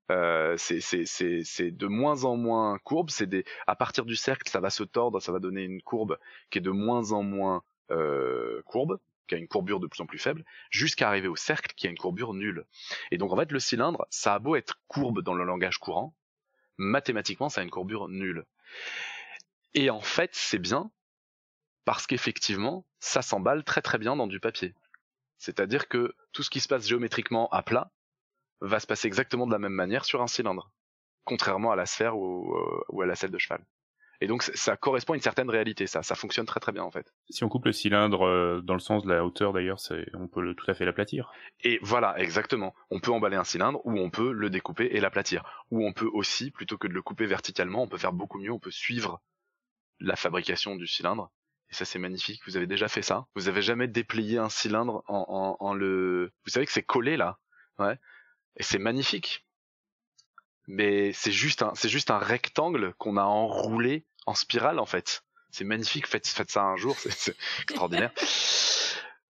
C'est de moins en moins courbe. À partir du cercle, ça va se tordre, ça va donner une courbe qui est de moins en moins courbe, qui a une courbure de plus en plus faible, jusqu'à arriver au cercle qui a une courbure nulle. Et donc, en fait, le cylindre, ça a beau être courbe dans le langage courant, mathématiquement, ça a une courbure nulle. Et en fait, c'est bien, parce qu'effectivement, ça s'emballe très très bien dans du papier. C'est-à-dire que tout ce qui se passe géométriquement à plat va se passer exactement de la même manière sur un cylindre, contrairement à la sphère ou à la selle de cheval. Et donc ça correspond à une certaine réalité, ça fonctionne très très bien en fait. Si on coupe le cylindre dans le sens de la hauteur d'ailleurs, on peut tout à fait l'aplatir. Et voilà, exactement. On peut emballer un cylindre, ou on peut le découper et l'aplatir. Ou on peut aussi, plutôt que de le couper verticalement, on peut faire beaucoup mieux, on peut suivre la fabrication du cylindre. Et ça c'est magnifique, vous avez déjà fait ça? Vous avez jamais déplié un cylindre Vous savez que c'est collé là, ouais. Et c'est magnifique. Mais c'est juste un rectangle qu'on a enroulé en spirale en fait. C'est magnifique, faites ça un jour, c'est extraordinaire.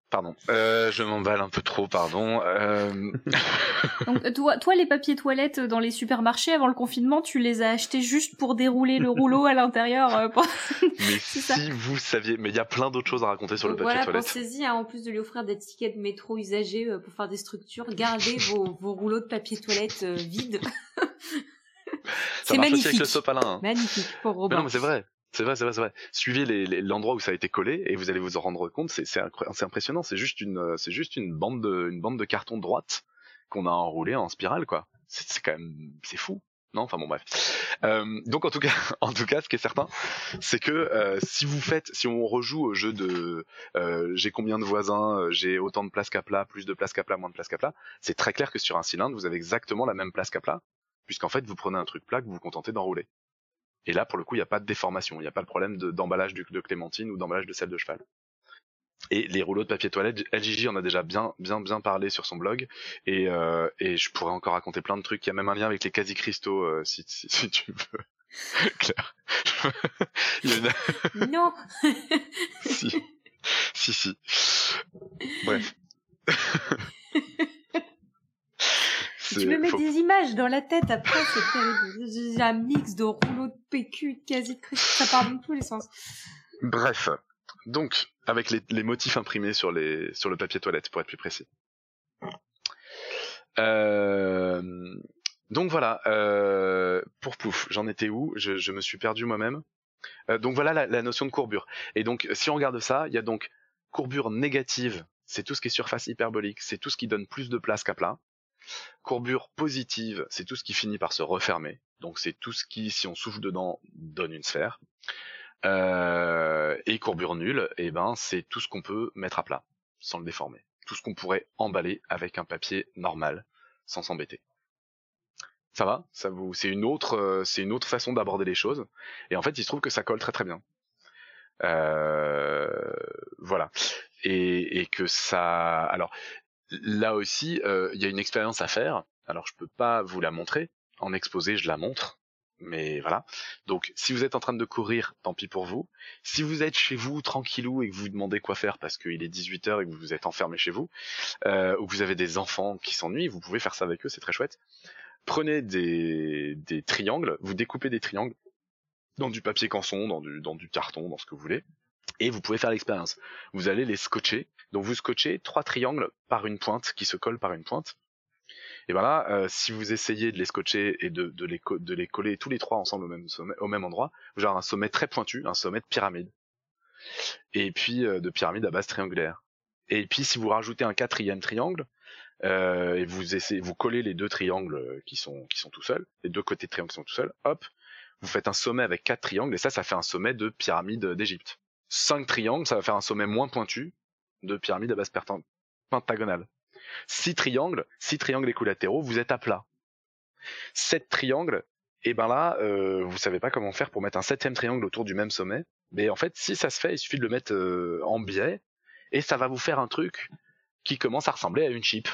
Pardon, je m'emballe un peu trop, pardon. Donc toi, les papiers toilettes dans les supermarchés avant le confinement, tu les as achetés juste pour dérouler le rouleau à l'intérieur. Mais C'est ça. si vous saviez, mais il y a plein d'autres choses à raconter sur le Donc papier voilà, toilette. pensez-y, hein, en plus de lui offrir des tickets de métro usagés pour faire des structures, gardez vos rouleaux de papier toilette vides. Ça C'est marche aussi avec magnifique. le sopalin. Hein. Magnifique pour Mais Robin. non, mais c'est vrai. C'est vrai. Suivez l'endroit où ça a été collé et vous allez vous en rendre compte. C'est impressionnant. C'est juste une bande de carton droite qu'on a enroulée en spirale, quoi. C'est quand même, c'est fou. Non, enfin bon, bref. Donc en tout cas, ce qui est certain, c'est que si on rejoue au jeu de j'ai combien de voisins, j'ai autant de place qu'à plat, plus de place qu'à plat, moins de place qu'à plat, c'est très clair que sur un cylindre, vous avez exactement la même place qu'à plat, puisqu'en fait, vous prenez un truc plat que vous vous contentez d'enrouler. Et là, pour le coup, il n'y a pas de déformation, il n'y a pas le problème d'emballage de clémentine ou d'emballage de sel de cheval. Et les rouleaux de papier toilette, LJJ en a déjà bien parlé sur son blog, et je pourrais encore raconter plein de trucs. Il y a même un lien avec les quasi-cristaux, si tu veux. Claire. Il y a une... Non. Si. Bref. Tu me mets des images dans la tête après, c'est terrible. J'ai un mix de rouleaux de PQ, de quasi-cristaux, ça part dans tous les sens. Bref. Donc, avec les motifs imprimés sur le papier toilette, pour être plus précis. Donc voilà, pour Pouf, j'en étais où ? Je me suis perdu moi-même. Donc voilà la notion de courbure. Et donc, si on regarde ça, il y a donc courbure négative, c'est tout ce qui est surface hyperbolique, c'est tout ce qui donne plus de place qu'à plat. Courbure positive, c'est tout ce qui finit par se refermer. Donc c'est tout ce qui, si on souffle dedans, donne une sphère. Et courbure nulle, c'est tout ce qu'on peut mettre à plat, sans le déformer. Tout ce qu'on pourrait emballer avec un papier normal, sans s'embêter. Ça va ? C'est une autre façon d'aborder les choses. Et en fait, il se trouve que ça colle très très bien. Voilà. Et que ça... Alors, là aussi, il y a une expérience à faire. Alors, je peux pas vous la montrer. En exposé, je la montre. Mais voilà. Donc, si vous êtes en train de courir, tant pis pour vous. Si vous êtes chez vous, tranquillou, et que vous vous demandez quoi faire parce qu'il est 18h et que vous êtes enfermé chez vous, ou que vous avez des enfants qui s'ennuient, vous pouvez faire ça avec eux, c'est très chouette. Prenez des triangles, vous découpez des triangles dans du papier canson, dans du carton, dans ce que vous voulez, et vous pouvez faire l'expérience. Vous allez les scotcher. Donc vous scotchez 3 triangles par une pointe, qui se collent par une pointe. Et voilà, si vous essayez de les scotcher et de les coller tous les 3 ensemble au même endroit, vous avez un sommet très pointu, un sommet de pyramide. Et puis de pyramide à base triangulaire. Et puis si vous rajoutez un 4e triangle, et vous collez les 2 triangles qui sont tout seuls, les 2 côtés de triangle qui sont tout seuls, hop, vous faites un sommet avec 4 triangles, et ça fait un sommet de pyramide d'Égypte. 5 triangles, ça va faire un sommet moins pointu de pyramide à base pentagonale. 6 triangles équilatéraux, vous êtes à plat. 7 triangles, et vous savez pas comment faire pour mettre un 7e triangle autour du même sommet, mais en fait, si ça se fait, il suffit de le mettre en biais, et ça va vous faire un truc qui commence à ressembler à une chip.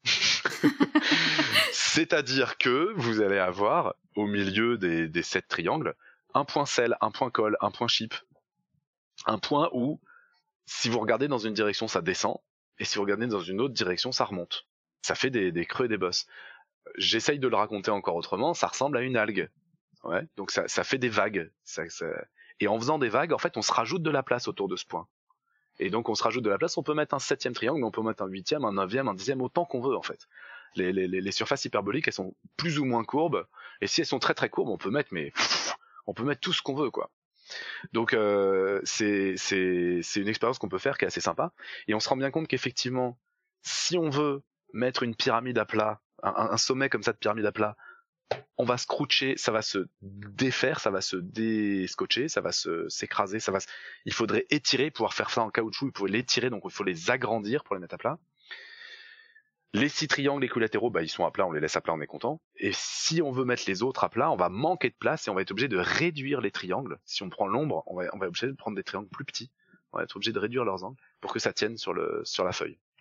C'est-à-dire que vous allez avoir, au milieu des 7 triangles, un point sel, un point colle, un point chip. Un point où, si vous regardez dans une direction, ça descend, et si vous regardez dans une autre direction, ça remonte. Ça fait des creux et des bosses. J'essaye de le raconter encore autrement, ça ressemble à une algue. Ouais, donc ça fait des vagues. Et en faisant des vagues, en fait, on se rajoute de la place autour de ce point. Et donc on se rajoute de la place, on peut mettre un 7e triangle, mais on peut mettre un 8e, un 9e, un 10e, autant qu'on veut en fait. Les surfaces hyperboliques, elles sont plus ou moins courbes, et si elles sont très très courbes, on peut mettre tout ce qu'on veut, quoi. Donc c'est une expérience qu'on peut faire qui est assez sympa, et on se rend bien compte qu'effectivement, si on veut mettre une pyramide à plat, un sommet comme ça de pyramide à plat, on va scruncher, ça va se défaire, ça va se déscotcher, ça va s'écraser, il faudrait étirer, pouvoir faire ça en caoutchouc, il faut l'étirer, donc il faut les agrandir pour les mettre à plat. Les 6 triangles équilatéraux, ils sont à plat, on les laisse à plat, on est content. Et si on veut mettre les autres à plat, on va manquer de place et on va être obligé de réduire les triangles. Si on prend l'ombre, on va être obligé de prendre des triangles plus petits. On va être obligé de réduire leurs angles pour que ça tienne sur la feuille.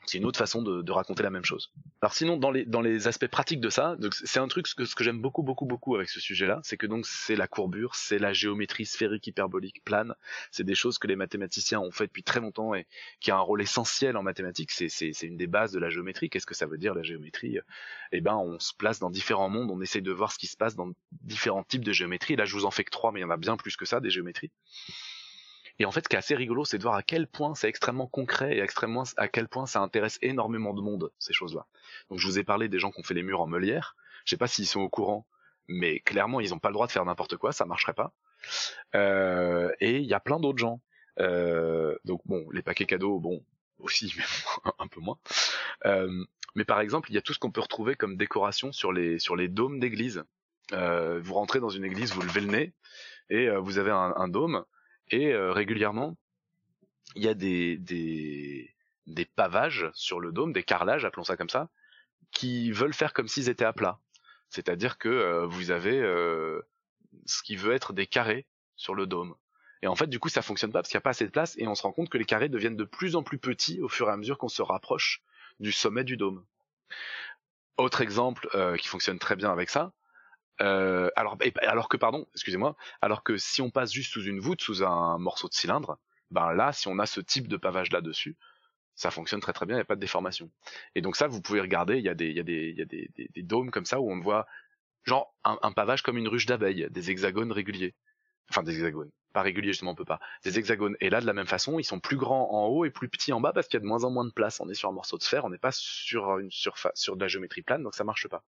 C'est une autre façon de raconter la même chose. Alors sinon, dans les aspects pratiques de ça, donc c'est un truc ce que j'aime beaucoup avec ce sujet-là, c'est que donc c'est la courbure, c'est la géométrie sphérique, hyperbolique, plane. C'est des choses que les mathématiciens ont fait depuis très longtemps et qui a un rôle essentiel en mathématiques. C'est une des bases de la géométrie. Qu'est-ce que ça veut dire la géométrie ? Eh ben, on se place dans différents mondes, on essaye de voir ce qui se passe dans différents types de géométrie. Là, je vous en fais que 3, mais il y en a bien plus que ça, des géométries. Et en fait, ce qui est assez rigolo, c'est de voir à quel point c'est extrêmement concret et à quel point ça intéresse énormément de monde, ces choses-là. Donc je vous ai parlé des gens qui ont fait les murs en meulière. Je sais pas s'ils sont au courant, mais clairement, ils n'ont pas le droit de faire n'importe quoi, ça marcherait pas. Et il y a plein d'autres gens. Donc bon, les paquets cadeaux, bon, aussi, mais un peu moins. Mais par exemple, il y a tout ce qu'on peut retrouver comme décoration sur les dômes d'église. Vous rentrez dans une église, vous levez le nez, et vous avez un dôme. Et régulièrement, il y a des pavages sur le dôme, des carrelages, appelons ça comme ça, qui veulent faire comme s'ils étaient à plat. C'est-à-dire que vous avez ce qui veut être des carrés sur le dôme. Et en fait, du coup, ça fonctionne pas parce qu'il n'y a pas assez de place et on se rend compte que les carrés deviennent de plus en plus petits au fur et à mesure qu'on se rapproche du sommet du dôme. Autre exemple qui fonctionne très bien avec ça, alors que si on passe juste sous une voûte, sous un morceau de cylindre, ben là, si on a ce type de pavage là dessus, ça fonctionne très très bien, il n'y a pas de déformation. Et donc ça, vous pouvez regarder, il y a des dômes comme ça où on voit genre un pavage comme une ruche d'abeilles, des hexagones réguliers. Enfin des hexagones, pas réguliers justement, on peut pas. Des hexagones. Et là, de la même façon, ils sont plus grands en haut et plus petits en bas parce qu'il y a de moins en moins de place. On est sur un morceau de sphère, on n'est pas sur une surface, sur de la géométrie plane, donc ça marche pas.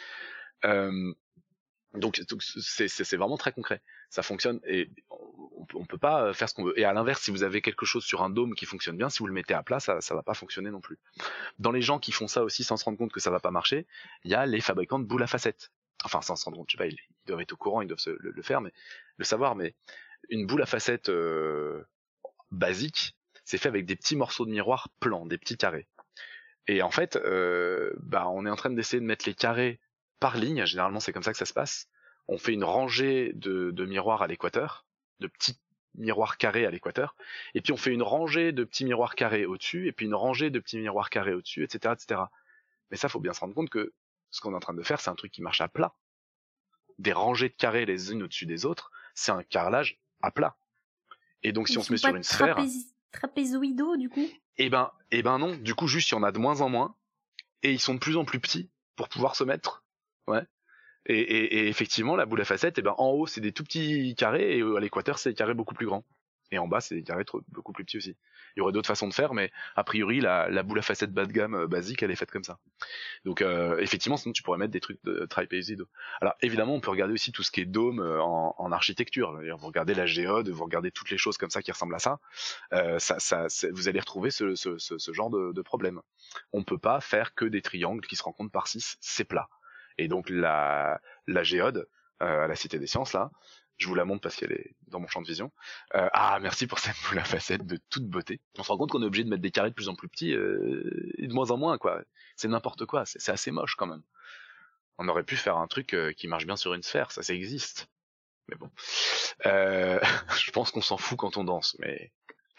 Donc c'est vraiment très concret. Ça fonctionne et on peut pas faire ce qu'on veut. Et à l'inverse, si vous avez quelque chose sur un dôme qui fonctionne bien, si vous le mettez à plat, ça va pas fonctionner non plus. Dans les gens qui font ça aussi sans se rendre compte que ça va pas marcher, il y a les fabricants de boules à facettes. Enfin, sans se rendre compte, je sais pas, ils doivent être au courant, ils doivent le faire, mais le savoir. Mais une boule à facettes basique, c'est fait avec des petits morceaux de miroir plans, des petits carrés. Et en fait, on est en train d'essayer de mettre les carrés par ligne, généralement c'est comme ça que ça se passe. On fait une rangée de miroirs à l'équateur, de petits miroirs carrés à l'équateur, et puis on fait une rangée de petits miroirs carrés au-dessus, et puis une rangée de petits miroirs carrés au-dessus, etc., etc. Mais ça, faut bien se rendre compte que ce qu'on est en train de faire, c'est un truc qui marche à plat. Des rangées de carrés les unes au-dessus des autres, c'est un carrelage à plat. Et donc si on se met sur une sphère... Trapézoïdaux, du coup ? Eh ben non, du coup juste il y en a de moins en moins, et ils sont de plus en plus petits pour pouvoir se mettre. Ouais. Et effectivement, la boule à facettes, en haut, c'est des tout petits carrés, et à l'équateur, c'est des carrés beaucoup plus grands. Et en bas, c'est des carrés beaucoup plus petits aussi. Il y aurait d'autres façons de faire, mais a priori, la boule à facettes bas de gamme basique, elle est faite comme ça. Donc, effectivement, sinon, tu pourrais mettre des trucs de trapézoïdaux. Alors, évidemment, on peut regarder aussi tout ce qui est dôme en architecture. Vous regardez la géode, vous regardez toutes les choses comme ça qui ressemblent à ça. Vous allez retrouver ce genre de problème. On peut pas faire que des triangles qui se rencontrent par 6, c'est plat. Et donc la géode à la Cité des Sciences là, je vous la montre parce qu'elle est dans mon champ de vision. Merci pour cette boule à facettes de toute beauté. On se rend compte qu'on est obligé de mettre des carrés de plus en plus petits et de moins en moins quoi. C'est n'importe quoi, c'est assez moche quand même. On aurait pu faire un truc qui marche bien sur une sphère, ça existe. Mais bon, je pense qu'on s'en fout quand on danse, mais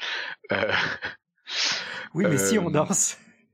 oui, mais si on danse.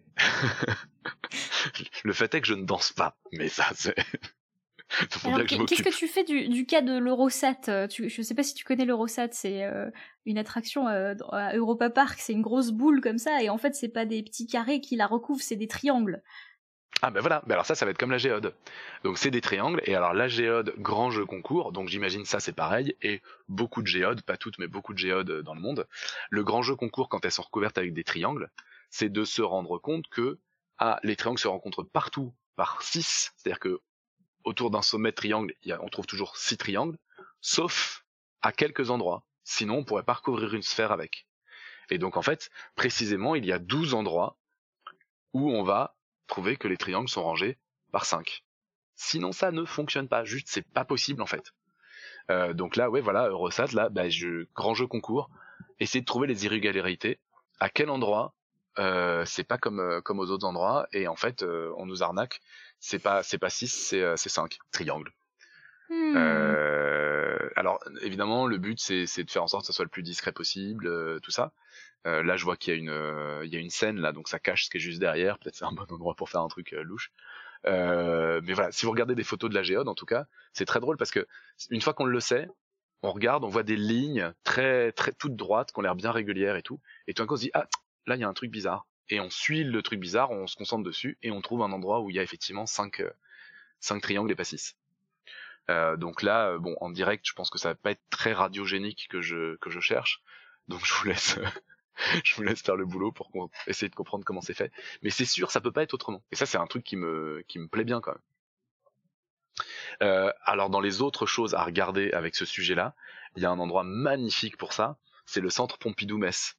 Le fait est que je ne danse pas, mais ça c'est... Alors, qu'est-ce que tu fais du cas de l'Eurosat ? Je sais pas si tu connais l'Eurosat, c'est une attraction à Europa Park, c'est une grosse boule comme ça, et en fait c'est pas des petits carrés qui la recouvrent, c'est des triangles. Ah ben voilà, alors ça va être comme la géode. Donc c'est des triangles, et alors la géode, grand jeu concours, donc j'imagine ça c'est pareil, et beaucoup de géodes, pas toutes mais beaucoup de géodes dans le monde. Le grand jeu concours quand elles sont recouvertes avec des triangles, c'est de se rendre compte que les triangles se rencontrent partout par 6, c'est-à-dire que autour d'un sommet de triangle, on trouve toujours 6 triangles, sauf à quelques endroits. Sinon, on pourrait pas recouvrir une sphère avec. Et donc, en fait, précisément, il y a 12 endroits où on va trouver que les triangles sont rangés par 5. Sinon, ça ne fonctionne pas. Juste, c'est pas possible, en fait. Donc là, ouais, voilà, Eurosat, là, grand jeu concours. Essayez de trouver les irrégularités. À quel endroit c'est pas comme aux autres endroits, et en fait, on nous arnaque. C'est pas 6, c'est 5 triangles. Alors évidemment le but c'est de faire en sorte que ça soit le plus discret possible, tout ça. Là je vois qu'il y a une scène là, donc ça cache ce qui est juste derrière, peut-être c'est un bon endroit pour faire un truc louche. Mais voilà, si vous regardez des photos de la géode en tout cas, c'est très drôle parce que une fois qu'on le sait, on regarde, on voit des lignes très très toutes droites qui ont l'air bien régulières et tout, et tout d'un coup on se dit ah là il y a un truc bizarre, et on suit le truc bizarre, on se concentre dessus et on trouve un endroit où il y a effectivement 5 triangles et pas 6. Donc là, bon, en direct, je pense que ça va pas être très radiogénique que je cherche. Donc je vous laisse faire le boulot pour essayer de comprendre comment c'est fait. Mais c'est sûr, ça peut pas être autrement. Et ça, c'est un truc qui me plaît bien quand même. Alors dans les autres choses à regarder avec ce sujet-là, il y a un endroit magnifique pour ça. C'est le centre Pompidou-Metz.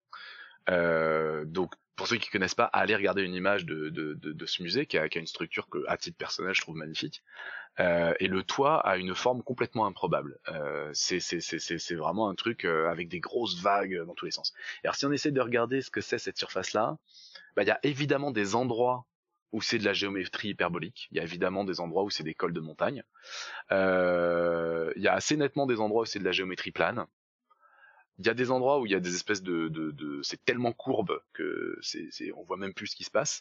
Donc pour ceux qui connaissent pas, allez regarder une image de ce musée qui a une structure que, à titre personnel, je trouve magnifique. Et le toit a une forme complètement improbable. C'est vraiment un truc avec des grosses vagues dans tous les sens. Alors si on essaie de regarder ce que c'est cette surface-là, bah il y a évidemment des endroits où c'est de la géométrie hyperbolique. Il y a évidemment des endroits où c'est des cols de montagne. Il y a assez nettement des endroits où c'est de la géométrie plane. Il y a des endroits où il y a des espèces c'est tellement courbe que on voit même plus ce qui se passe.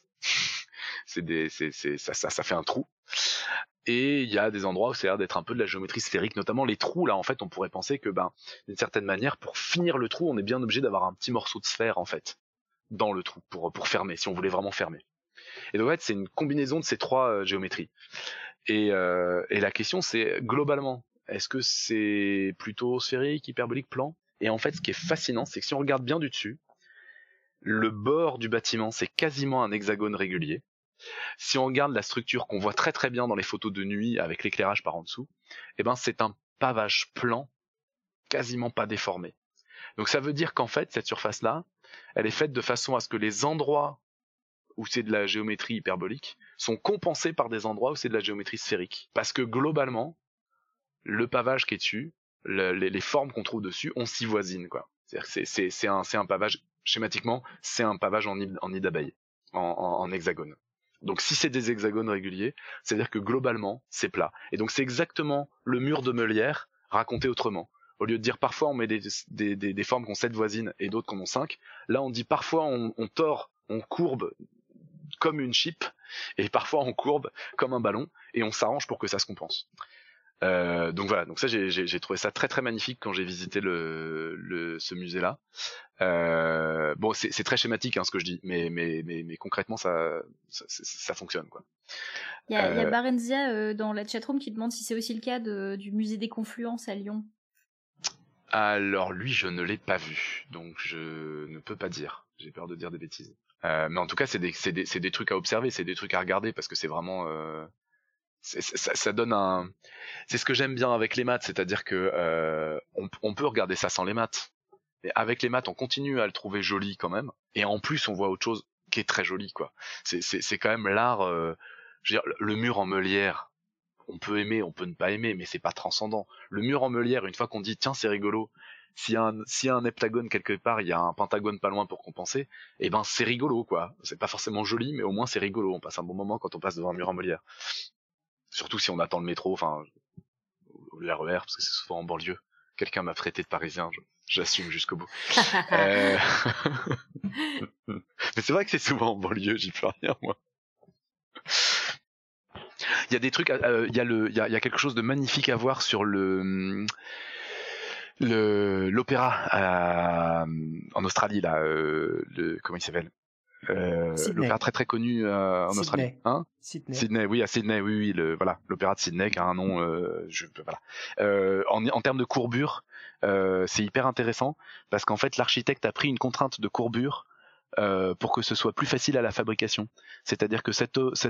Ça fait un trou. Et il y a des endroits où c'est l'air d'être un peu de la géométrie sphérique, notamment les trous là. En fait, on pourrait penser que, d'une certaine manière, pour finir le trou, on est bien obligé d'avoir un petit morceau de sphère en fait dans le trou pour fermer, si on voulait vraiment fermer. Et donc en fait, c'est une combinaison de ces trois géométries. Et la question, c'est globalement, est-ce que c'est plutôt sphérique, hyperbolique, plan ? Et en fait, ce qui est fascinant, c'est que si on regarde bien du dessus, le bord du bâtiment, c'est quasiment un hexagone régulier. Si on regarde la structure qu'on voit très très bien dans les photos de nuit avec l'éclairage par en dessous, c'est un pavage plan, quasiment pas déformé. Donc ça veut dire qu'en fait, cette surface-là, elle est faite de façon à ce que les endroits où c'est de la géométrie hyperbolique sont compensés par des endroits où c'est de la géométrie sphérique. Parce que globalement, le pavage qui est dessus, les formes qu'on trouve dessus, on s'y voisine, quoi. C'est-à-dire que c'est un pavage, schématiquement, c'est un pavage en nid d'abeille, en hexagone. Donc si c'est des hexagones réguliers, c'est-à-dire que globalement, c'est plat. Et donc c'est exactement le mur de Meulière raconté autrement. Au lieu de dire parfois on met des formes qui ont 7 voisines et d'autres qui en ont 5, là on dit parfois on tord, on courbe comme une chip, et parfois on courbe comme un ballon, et on s'arrange pour que ça se compense. Donc voilà, donc ça j'ai trouvé ça très très magnifique quand j'ai visité ce musée-là. Bon, c'est très schématique ce que je dis, mais concrètement ça fonctionne, quoi. Il y a Barenzia dans la chatroom qui demande si c'est aussi le cas du musée des Confluences à Lyon. Alors lui, je ne l'ai pas vu, donc je ne peux pas dire. J'ai peur de dire des bêtises. Mais en tout cas, c'est des trucs à observer, c'est des trucs à regarder parce que c'est vraiment ça donne un. C'est ce que j'aime bien avec les maths, c'est-à-dire que on peut regarder ça sans les maths, mais avec les maths, on continue à le trouver joli quand même, et en plus, on voit autre chose qui est très joli, quoi. C'est quand même l'art. Je veux dire, le mur en Meulière, on peut aimer, on peut ne pas aimer, mais c'est pas transcendant. Le mur en Meulière, une fois qu'on dit tiens c'est rigolo, s'il y a un heptagone quelque part, il y a un pentagone pas loin pour compenser, et c'est rigolo, quoi. C'est pas forcément joli, mais au moins c'est rigolo. On passe un bon moment quand on passe devant un mur en Meulière. Surtout si on attend le métro, enfin, ou le RER, parce que c'est souvent en banlieue. Quelqu'un m'a traité de parisien, j'assume jusqu'au bout. Mais c'est vrai que c'est souvent en banlieue, j'y peux rien, moi. Il y a des trucs, il y a quelque chose de magnifique à voir sur l'opéra en Australie, là, comment il s'appelle? L'opéra très très connu en Australie, hein? Sydney, oui, à Sydney, oui, l'opéra de Sydney qui a un nom, en termes de courbure, c'est hyper intéressant parce qu'en fait l'architecte a pris une contrainte de courbure pour que ce soit plus facile à la fabrication. C'est-à-dire que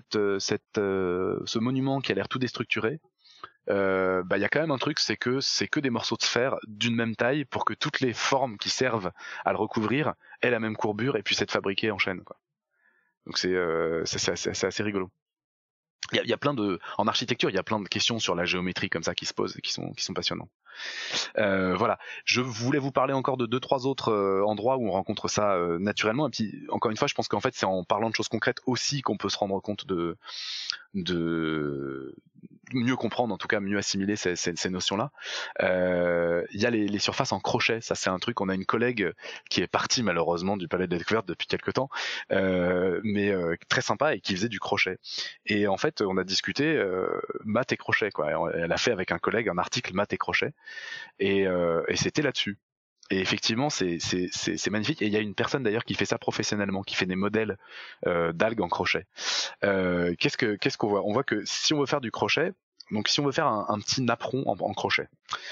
ce monument qui a l'air tout déstructuré, y a quand même un truc, c'est que des morceaux de sphère d'une même taille pour que toutes les formes qui servent à le recouvrir aient la même courbure et puissent être fabriquées en chaîne, quoi. Donc c'est assez rigolo. Il y a en architecture, il y a plein de questions sur la géométrie comme ça qui se posent et qui sont passionnantes. Voilà. Je voulais vous parler encore de 2-3 autres endroits où on rencontre ça naturellement. Et puis encore une fois, je pense qu'en fait c'est en parlant de choses concrètes aussi qu'on peut se rendre compte de mieux comprendre, en tout cas mieux assimiler ces notions-là, il y a les surfaces en crochet. Ça, c'est un truc. On a une collègue qui est partie malheureusement du Palais de la Découverte depuis quelques temps, mais très sympa et qui faisait du crochet. Et en fait, on a discuté maths et crochet, quoi. Elle a fait avec un collègue un article maths et crochet, et c'était là-dessus. Et effectivement, c'est magnifique. Et il y a une personne d'ailleurs qui fait ça professionnellement, qui fait des modèles d'algues en crochet. Qu'est-ce qu'on voit ? On voit que si on veut faire du crochet, donc si on veut faire un petit napperon en crochet,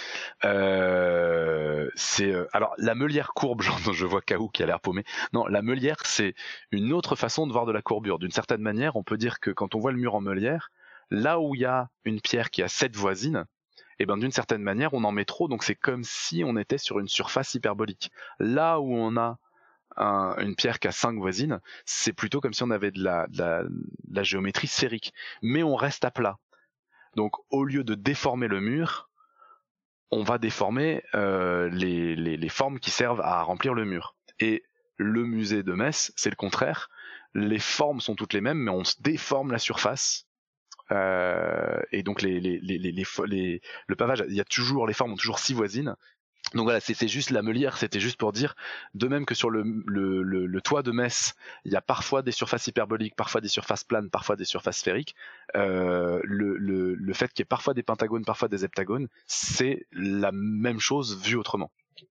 alors la meulière courbe, je vois Kaou qui a l'air paumé. Non, la meulière, c'est une autre façon de voir de la courbure. D'une certaine manière, on peut dire que quand on voit le mur en meulière, là où il y a une pierre qui a 7 voisines, et ben d'une certaine manière on en met trop, donc c'est comme si on était sur une surface hyperbolique. Là où on a une pierre qui a 5 voisines, c'est plutôt comme si on avait de la géométrie sphérique, mais on reste à plat. Donc au lieu de déformer le mur, on va déformer les formes qui servent à remplir le mur. Et le musée de Metz, c'est le contraire. Les formes sont toutes les mêmes, mais on se déforme la surface. Et donc le pavage, il y a toujours, les formes ont toujours 6 voisines. Donc voilà, c'est juste la meulière, c'était juste pour dire, de même que sur le toit de Metz, il y a parfois des surfaces hyperboliques, parfois des surfaces planes, parfois des surfaces sphériques. Le fait qu'il y ait parfois des pentagones, parfois des heptagones, c'est la même chose vue autrement.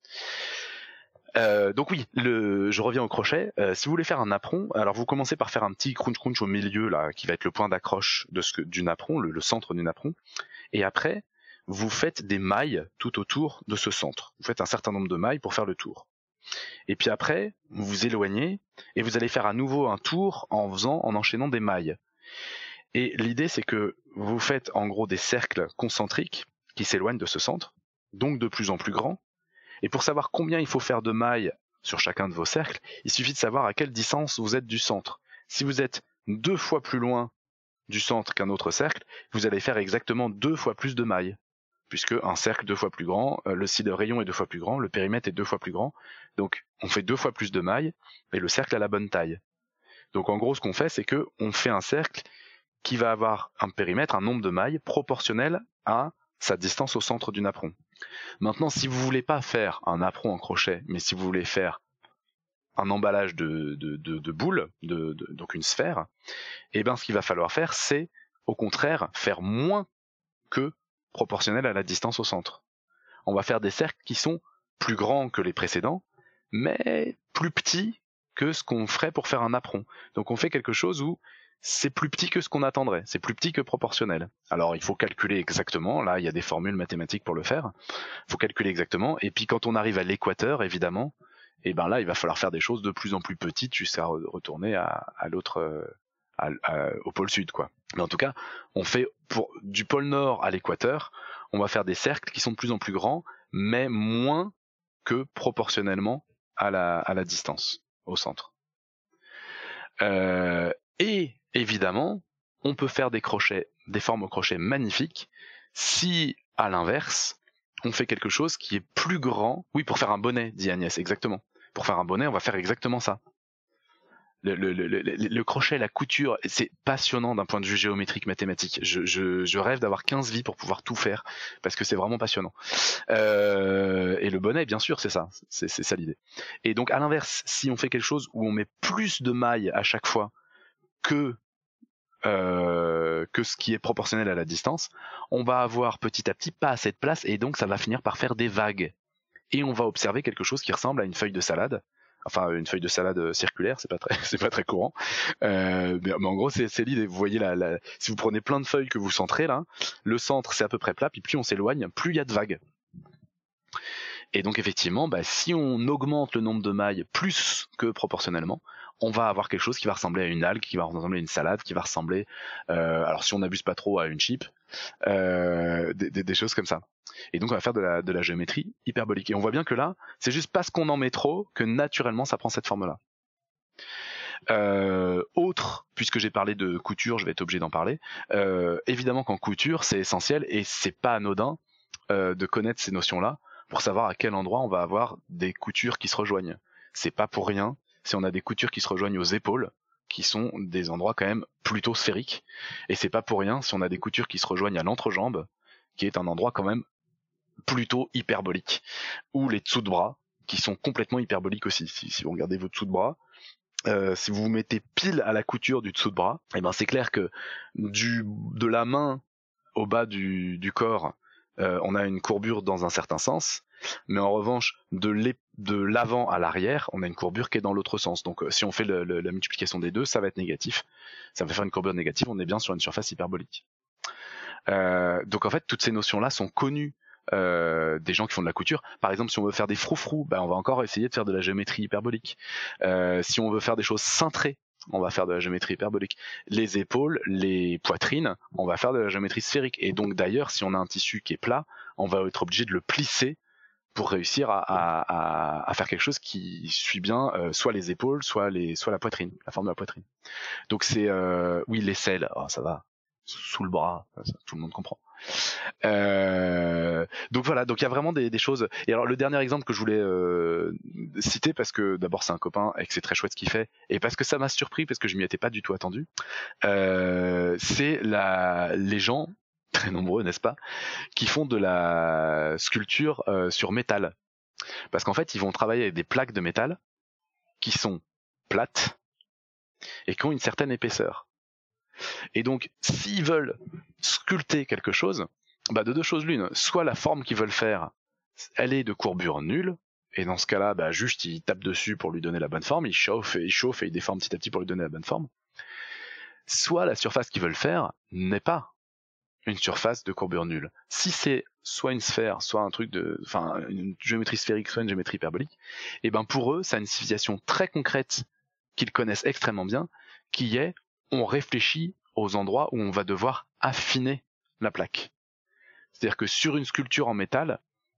Donc oui, je reviens au crochet. Si vous voulez faire un napperon, alors vous commencez par faire un petit crunch au milieu là, qui va être le point d'accroche du napperon, le centre du napperon, et après vous faites des mailles tout autour de ce centre. Vous faites un certain nombre de mailles pour faire le tour. Et puis après, vous vous éloignez et vous allez faire à nouveau un tour en enchaînant des mailles. Et l'idée, c'est que vous faites en gros des cercles concentriques qui s'éloignent de ce centre, donc de plus en plus grands. Et pour savoir combien il faut faire de mailles sur chacun de vos cercles, il suffit de savoir à quelle distance vous êtes du centre. Si vous êtes 2 fois plus loin du centre qu'un autre cercle, vous allez faire exactement 2 fois plus de mailles. Puisque un cercle 2 fois plus grand, le rayon est 2 fois plus grand, le périmètre est 2 fois plus grand, donc on fait 2 fois plus de mailles, et le cercle a la bonne taille. Donc en gros, ce qu'on fait, c'est que on fait un cercle qui va avoir un périmètre, un nombre de mailles proportionnel à sa distance au centre du napperon. Maintenant, si vous voulez pas faire un napperon en crochet, mais si vous voulez faire un emballage de boules, donc une sphère, et ben ce qu'il va falloir faire, c'est au contraire faire moins que proportionnel à la distance au centre. On va faire des cercles qui sont plus grands que les précédents, mais plus petits que ce qu'on ferait pour faire un napperon. Donc on fait quelque chose où c'est plus petit que ce qu'on attendrait, c'est plus petit que proportionnel. Alors il faut calculer exactement, là il y a des formules mathématiques pour le faire, il faut calculer exactement, et puis quand on arrive à l'équateur, évidemment, et ben là il va falloir faire des choses de plus en plus petites jusqu'à retourner à l'autre, au pôle sud, quoi. Mais en tout cas, on fait du pôle nord à l'équateur, on va faire des cercles qui sont de plus en plus grands, mais moins que proportionnellement à la distance au centre. Et évidemment, on peut faire des formes au crochet magnifiques si, à l'inverse, on fait quelque chose qui est plus grand. Oui, pour faire un bonnet, dit Agnès, exactement. Pour faire un bonnet, on va faire exactement ça. Le crochet, la couture, c'est passionnant d'un point de vue géométrique, mathématique. Je rêve d'avoir 15 vies pour pouvoir tout faire, parce que c'est vraiment passionnant. Et le bonnet, bien sûr, c'est ça. C'est ça l'idée. Et donc, à l'inverse, si on fait quelque chose où on met plus de mailles à chaque fois que ce qui est proportionnel à la distance, on va avoir petit à petit pas assez de place, et donc ça va finir par faire des vagues. Et on va observer quelque chose qui ressemble à une feuille de salade. Enfin, une feuille de salade circulaire, c'est pas très courant. Mais en gros, c'est l'idée. Vous voyez si vous prenez plein de feuilles que vous centrez là, le centre c'est à peu près plat, puis plus on s'éloigne, plus il y a de vagues. Et donc effectivement, si on augmente le nombre de mailles plus que proportionnellement, on va avoir quelque chose qui va ressembler à une algue, qui va ressembler à une salade, qui va ressembler, alors si on n'abuse pas trop, à une chip, des choses comme ça. Et donc on va faire de la géométrie hyperbolique. Et on voit bien que là, c'est juste parce qu'on en met trop que naturellement ça prend cette forme-là. Puisque j'ai parlé de couture, je vais être obligé d'en parler. Évidemment qu'en couture, c'est essentiel et c'est pas anodin de connaître ces notions-là pour savoir à quel endroit on va avoir des coutures qui se rejoignent. C'est pas pour rien si on a des coutures qui se rejoignent aux épaules, qui sont des endroits quand même plutôt sphérique. Et c'est pas pour rien si on a des coutures qui se rejoignent à l'entrejambe, qui est un endroit quand même plutôt hyperbolique, ou les dessous de bras, qui sont complètement hyperboliques aussi. Si vous regardez vos dessous de bras, si vous vous mettez pile à la couture du dessous de bras, et ben c'est clair que de la main au bas du corps, on a une courbure dans un certain sens, mais en revanche de l'avant à l'arrière, on a une courbure qui est dans l'autre sens. Donc si on fait la multiplication des deux, ça va être négatif, ça va faire une courbure négative, on est bien sur une surface hyperbolique. Donc en fait toutes ces notions là sont connues des gens qui font de la couture. Par exemple, si on veut faire des froufrous, on va encore essayer de faire de la géométrie hyperbolique. Si on veut faire des choses cintrées, on va faire de la géométrie hyperbolique. Les épaules, les poitrines, on va faire de la géométrie sphérique. Et donc d'ailleurs, si on a un tissu qui est plat, on va être obligé de le plisser pour réussir à faire quelque chose qui suit bien soit les épaules, soit la poitrine, la forme de la poitrine. Donc c'est oui, l'aisselle, ça va, sous le bras, ça, tout le monde comprend. Donc voilà, donc il y a vraiment des choses. Et alors le dernier exemple que je voulais citer, parce que d'abord c'est un copain et que c'est très chouette ce qu'il fait, et parce que ça m'a surpris parce que je m'y étais pas du tout attendu, c'est les gens très nombreux, n'est-ce pas, qui font de la sculpture sur métal, parce qu'en fait ils vont travailler avec des plaques de métal qui sont plates et qui ont une certaine épaisseur. Et donc, s'ils veulent sculpter quelque chose, de deux choses l'une, soit la forme qu'ils veulent faire, elle est de courbure nulle, et dans ce cas-là, juste ils tapent dessus pour lui donner la bonne forme, ils chauffent et ils déforment petit à petit pour lui donner la bonne forme. Soit la surface qu'ils veulent faire n'est pas une surface de courbure nulle. Si c'est soit une sphère, soit une géométrie sphérique, soit une géométrie hyperbolique, et pour eux, ça a une signification très concrète qu'ils connaissent extrêmement bien, qui est on réfléchit aux endroits où on va devoir affiner la plaque. C'est-à-dire que sur une sculpture en métal,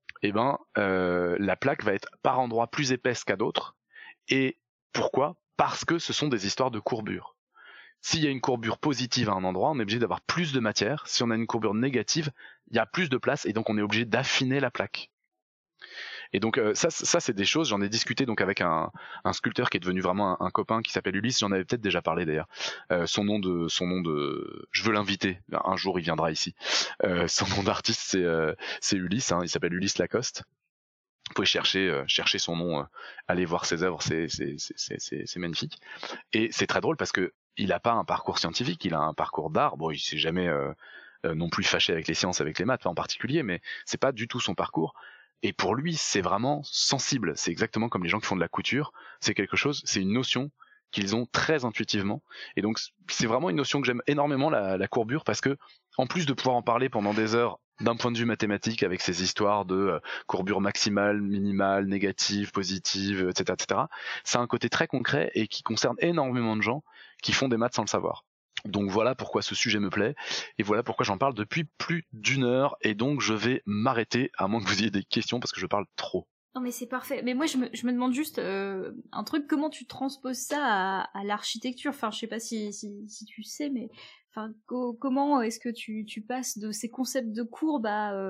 la plaque va être par endroits plus épaisse qu'à d'autres. Et pourquoi ? Parce que ce sont des histoires de courbure. S'il y a une courbure positive à un endroit, on est obligé d'avoir plus de matière. Si on a une courbure négative, il y a plus de place et donc on est obligé d'affiner la plaque. Et donc ça c'est des choses, j'en ai discuté donc avec un sculpteur qui est devenu vraiment un copain qui s'appelle Ulysse, j'en avais peut-être déjà parlé d'ailleurs. Son nom de je veux l'inviter, un jour il viendra ici. Son nom d'artiste c'est Ulysse, il s'appelle Ulysse Lacoste. Vous pouvez chercher son nom, aller voir ses œuvres, c'est magnifique. Et c'est très drôle parce que il a pas un parcours scientifique, il a un parcours d'art. Bon, il s'est jamais non plus fâché avec les sciences, avec les maths en particulier, mais c'est pas du tout son parcours. Et pour lui, c'est vraiment sensible. C'est exactement comme les gens qui font de la couture. C'est quelque chose, c'est une notion qu'ils ont très intuitivement. Et donc, c'est vraiment une notion que j'aime énormément, la courbure, parce que, en plus de pouvoir en parler pendant des heures d'un point de vue mathématique avec ces histoires de courbure maximale, minimale, négative, positive, etc., ça a un côté très concret et qui concerne énormément de gens qui font des maths sans le savoir. Donc voilà pourquoi ce sujet me plaît, et voilà pourquoi j'en parle depuis plus d'1 heure, et donc je vais m'arrêter, à moins que vous ayez des questions, parce que je parle trop. Non mais c'est parfait, mais moi je me demande juste un truc, comment tu transposes ça à l'architecture, enfin je sais pas si tu sais, mais enfin comment est-ce que tu passes de ces concepts de courbes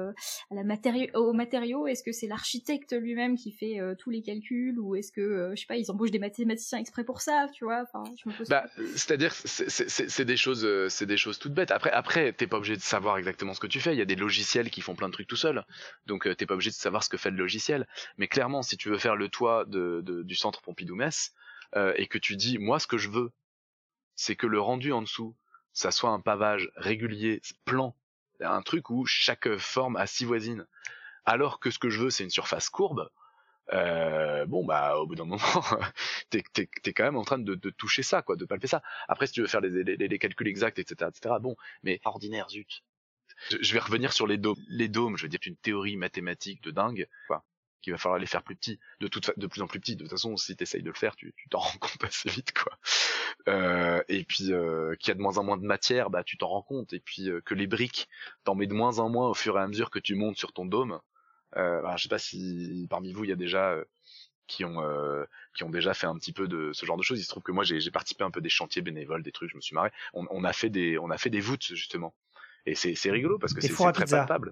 aux matériaux? Est-ce que c'est l'architecte lui-même qui fait tous les calculs, ou est-ce que je sais pas, ils embauchent des mathématiciens exprès pour ça, tu vois? Enfin, je me pose c'est-à-dire c'est des choses toutes bêtes. Après t'es pas obligé de savoir exactement ce que tu fais, il y a des logiciels qui font plein de trucs tout seuls, donc t'es pas obligé de savoir ce que fait le logiciel. Mais clairement, si tu veux faire le toit du centre Pompidou-Metz, et que tu dis, moi ce que je veux, c'est que le rendu en dessous, ça soit un pavage régulier, plan, un truc où chaque forme a 6 voisines, alors que ce que je veux c'est une surface courbe, au bout d'un moment t'es quand même en train de toucher ça, quoi, de palper ça. Après si tu veux faire les calculs exacts, etc., bon, mais ordinaire, zut. Je vais revenir sur les dômes, je veux dire, c'est une théorie mathématique de dingue, quoi, qu'il va falloir les faire plus petits, de plus en plus petits. De toute façon, si t'essayes de le faire, tu t'en rends compte assez vite, quoi. Et puis qu'il y a de moins en moins de matière, tu t'en rends compte. Et puis que les briques, t'en mets de moins en moins au fur et à mesure que tu montes sur ton dôme. Je sais pas si parmi vous il y a déjà qui ont déjà fait un petit peu de ce genre de choses. Il se trouve que moi j'ai participé un peu des chantiers bénévoles, des trucs, je me suis marré. On a fait des voûtes justement. Et c'est rigolo parce que c'est très palpable.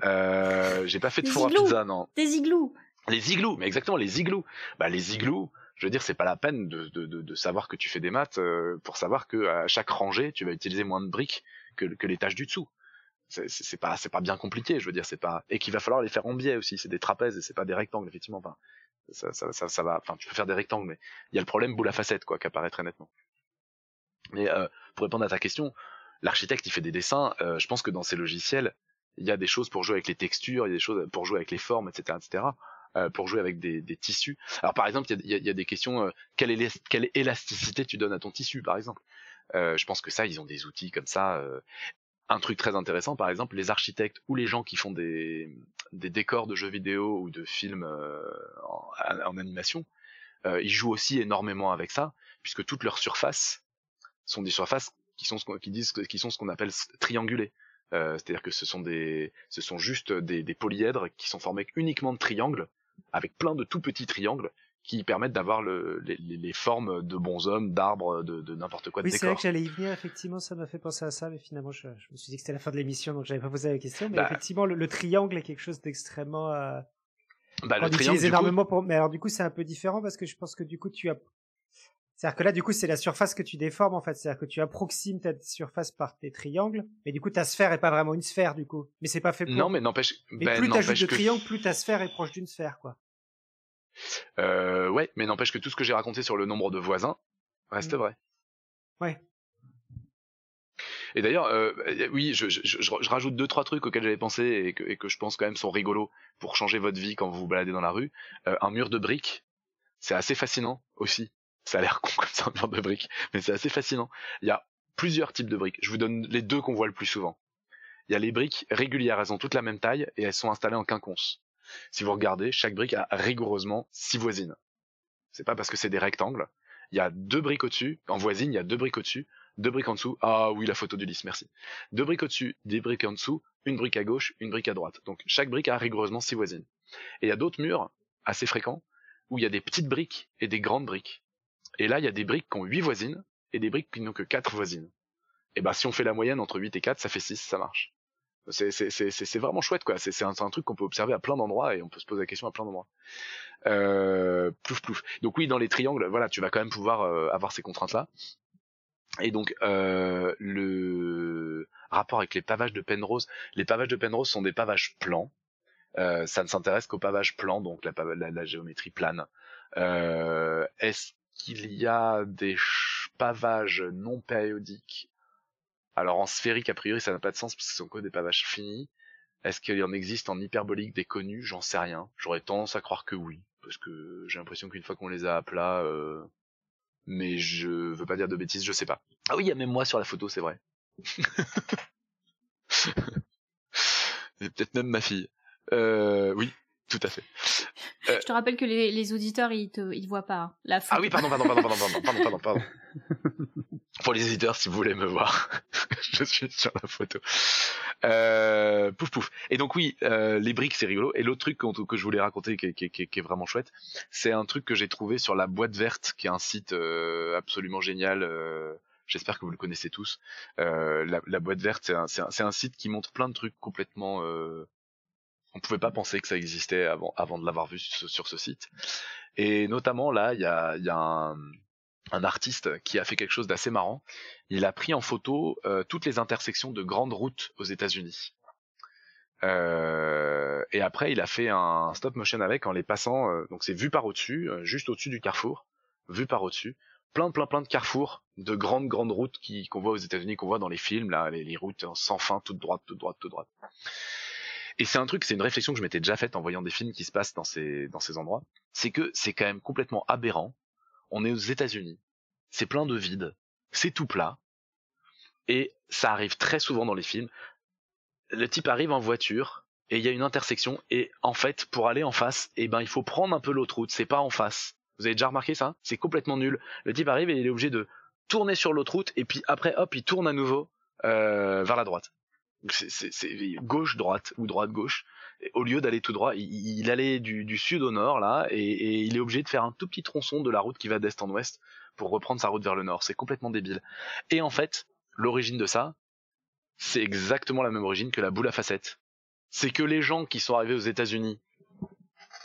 J'ai pas fait de four à pizza, non. Des igloos. Les igloos, mais exactement, les igloos. Les igloos, Je veux dire, c'est pas la peine de savoir que tu fais des maths pour savoir que à chaque rangée, tu vas utiliser moins de briques que les tâches du dessous. C'est pas bien compliqué, je veux dire, c'est pas, et qu'il va falloir les faire en biais aussi, c'est des trapèzes et c'est pas des rectangles, effectivement. Enfin, ça va, enfin, tu peux faire des rectangles, mais il y a le problème boule à facettes, quoi, qui apparaît très nettement. Mais pour répondre à ta question, l'architecte il fait des dessins, je pense que dans ces logiciels, il y a des choses pour jouer avec les textures, il y a des choses pour jouer avec les formes, etc., pour jouer avec des tissus. Alors par exemple, il y a des questions, quelle élasticité tu donnes à ton tissu, par exemple. Je pense que ça, ils ont des outils comme ça. Un truc très intéressant, par exemple, les architectes ou les gens qui font des décors de jeux vidéo ou de films en animation, ils jouent aussi énormément avec ça, puisque toutes leurs surfaces sont des surfaces qui sont ce qu'on appelle triangulées. C'est-à-dire que ce sont juste des polyèdres qui sont formés uniquement de triangles, avec plein de tout petits triangles qui permettent d'avoir les formes de bonshommes, d'arbres, de n'importe quoi de décor. Oui, c'est vrai que j'allais y venir, effectivement, ça m'a fait penser à ça, mais finalement, je me suis dit que c'était la fin de l'émission, donc j'avais pas posé la question, mais effectivement, le triangle est quelque chose d'extrêmement... le triangle, énormément pour... Mais alors, du coup, c'est un peu différent, parce que je pense que, du coup, c'est-à-dire que là, du coup, c'est la surface que tu déformes, en fait. C'est-à-dire que tu approximes ta surface par tes triangles, mais du coup, ta sphère est pas vraiment une sphère, du coup. Mais c'est pas fait pour... Non, mais n'empêche... Mais plus t'ajoutes de triangles, plus ta sphère est proche d'une sphère, quoi. Ouais, mais n'empêche que tout ce que j'ai raconté sur le nombre de voisins reste vrai. Ouais. Et d'ailleurs, oui, je rajoute 2-3 trucs auxquels j'avais pensé et que je pense quand même sont rigolos pour changer votre vie quand vous vous baladez dans la rue. Un mur de briques, c'est assez fascinant aussi. Ça a l'air con comme ça, un mur de briques, mais c'est assez fascinant. Il y a plusieurs types de briques. Je vous donne les deux qu'on voit le plus souvent. Il y a les briques régulières, elles ont toutes la même taille et elles sont installées en quinconce. Si vous regardez, chaque brique a rigoureusement 6 voisines. C'est pas parce que c'est des rectangles. Il y a 2 briques au-dessus, en voisine, il y a 2 briques au-dessus, 2 briques en dessous. Ah oui, la photo d'Ulysse, merci. 2 briques au-dessus, des briques en dessous, une brique à gauche, une brique à droite. Donc chaque brique a rigoureusement 6 voisines. Et il y a d'autres murs, assez fréquents, où il y a des petites briques et des grandes briques. Et là, il y a des briques qui ont 8 voisines, et des briques qui n'ont que 4 voisines. Et ben, si on fait la moyenne entre 8 et 4, ça fait 6, ça marche. C'est vraiment chouette, quoi. C'est un truc qu'on peut observer à plein d'endroits et on peut se poser la question à plein d'endroits. Plouf. Donc oui, dans les triangles, voilà, tu vas quand même pouvoir avoir ces contraintes-là. Et donc le rapport avec les pavages de Penrose, les pavages de Penrose sont des pavages plans. Ça ne s'intéresse qu'aux pavages plans, donc la géométrie plane. Est-ce qu'il y a des pavages non périodiques? Alors en sphérique, a priori, ça n'a pas de sens parce que ce sont que des pavages finis. Est-ce qu'il y en existe en hyperbolique des connus? J'en sais rien. J'aurais tendance à croire que oui, parce que j'ai l'impression qu'une fois qu'on les a à plat, mais je veux pas dire de bêtises, je sais pas. Ah oui, il y a même moi sur la photo, c'est vrai. Et peut-être même ma fille. Oui, tout à fait. Je te rappelle que les auditeurs, ils voient pas hein, la photo. Ah oui, pardon. Pour les éditeurs, si vous voulez me voir, je suis sur la photo. Pouf. Et donc oui, les briques, c'est rigolo. Et l'autre truc que je voulais raconter, qui est vraiment chouette, c'est un truc que j'ai trouvé sur la Boîte Verte, qui est un site absolument génial. J'espère que vous le connaissez tous. La Boîte Verte, c'est un site qui montre plein de trucs complètement... on pouvait pas penser que ça existait avant de l'avoir vu sur ce site. Et notamment là, il y a un artiste qui a fait quelque chose d'assez marrant. Il a pris en photo toutes les intersections de grandes routes aux États-Unis. Et après, il a fait un stop motion avec en les passant. Donc c'est vu par au-dessus, juste au-dessus du carrefour, vu par au-dessus. Plein de carrefours, de grandes routes qu'on voit aux États-Unis, qu'on voit dans les films, là, les routes sans fin, toute droite. Et c'est une réflexion que je m'étais déjà faite en voyant des films qui se passent dans ces endroits. C'est que c'est quand même complètement aberrant. On est aux États-Unis, c'est plein de vide, c'est tout plat, et ça arrive très souvent dans les films. Le type arrive en voiture, et il y a une intersection, et en fait, pour aller en face, il faut prendre un peu l'autre route, c'est pas en face. Vous avez déjà remarqué ça? C'est complètement nul. Le type arrive et il est obligé de tourner sur l'autre route, et puis après, hop, il tourne à nouveau vers la droite. C'est gauche-droite, ou droite-gauche. Au lieu d'aller tout droit, il allait du sud au nord là, et il est obligé de faire un tout petit tronçon de la route qui va d'est en ouest pour reprendre sa route vers le nord. C'est complètement débile. Et en fait, l'origine de ça, c'est exactement la même origine que la boule à facettes. C'est que les gens qui sont arrivés aux États-Unis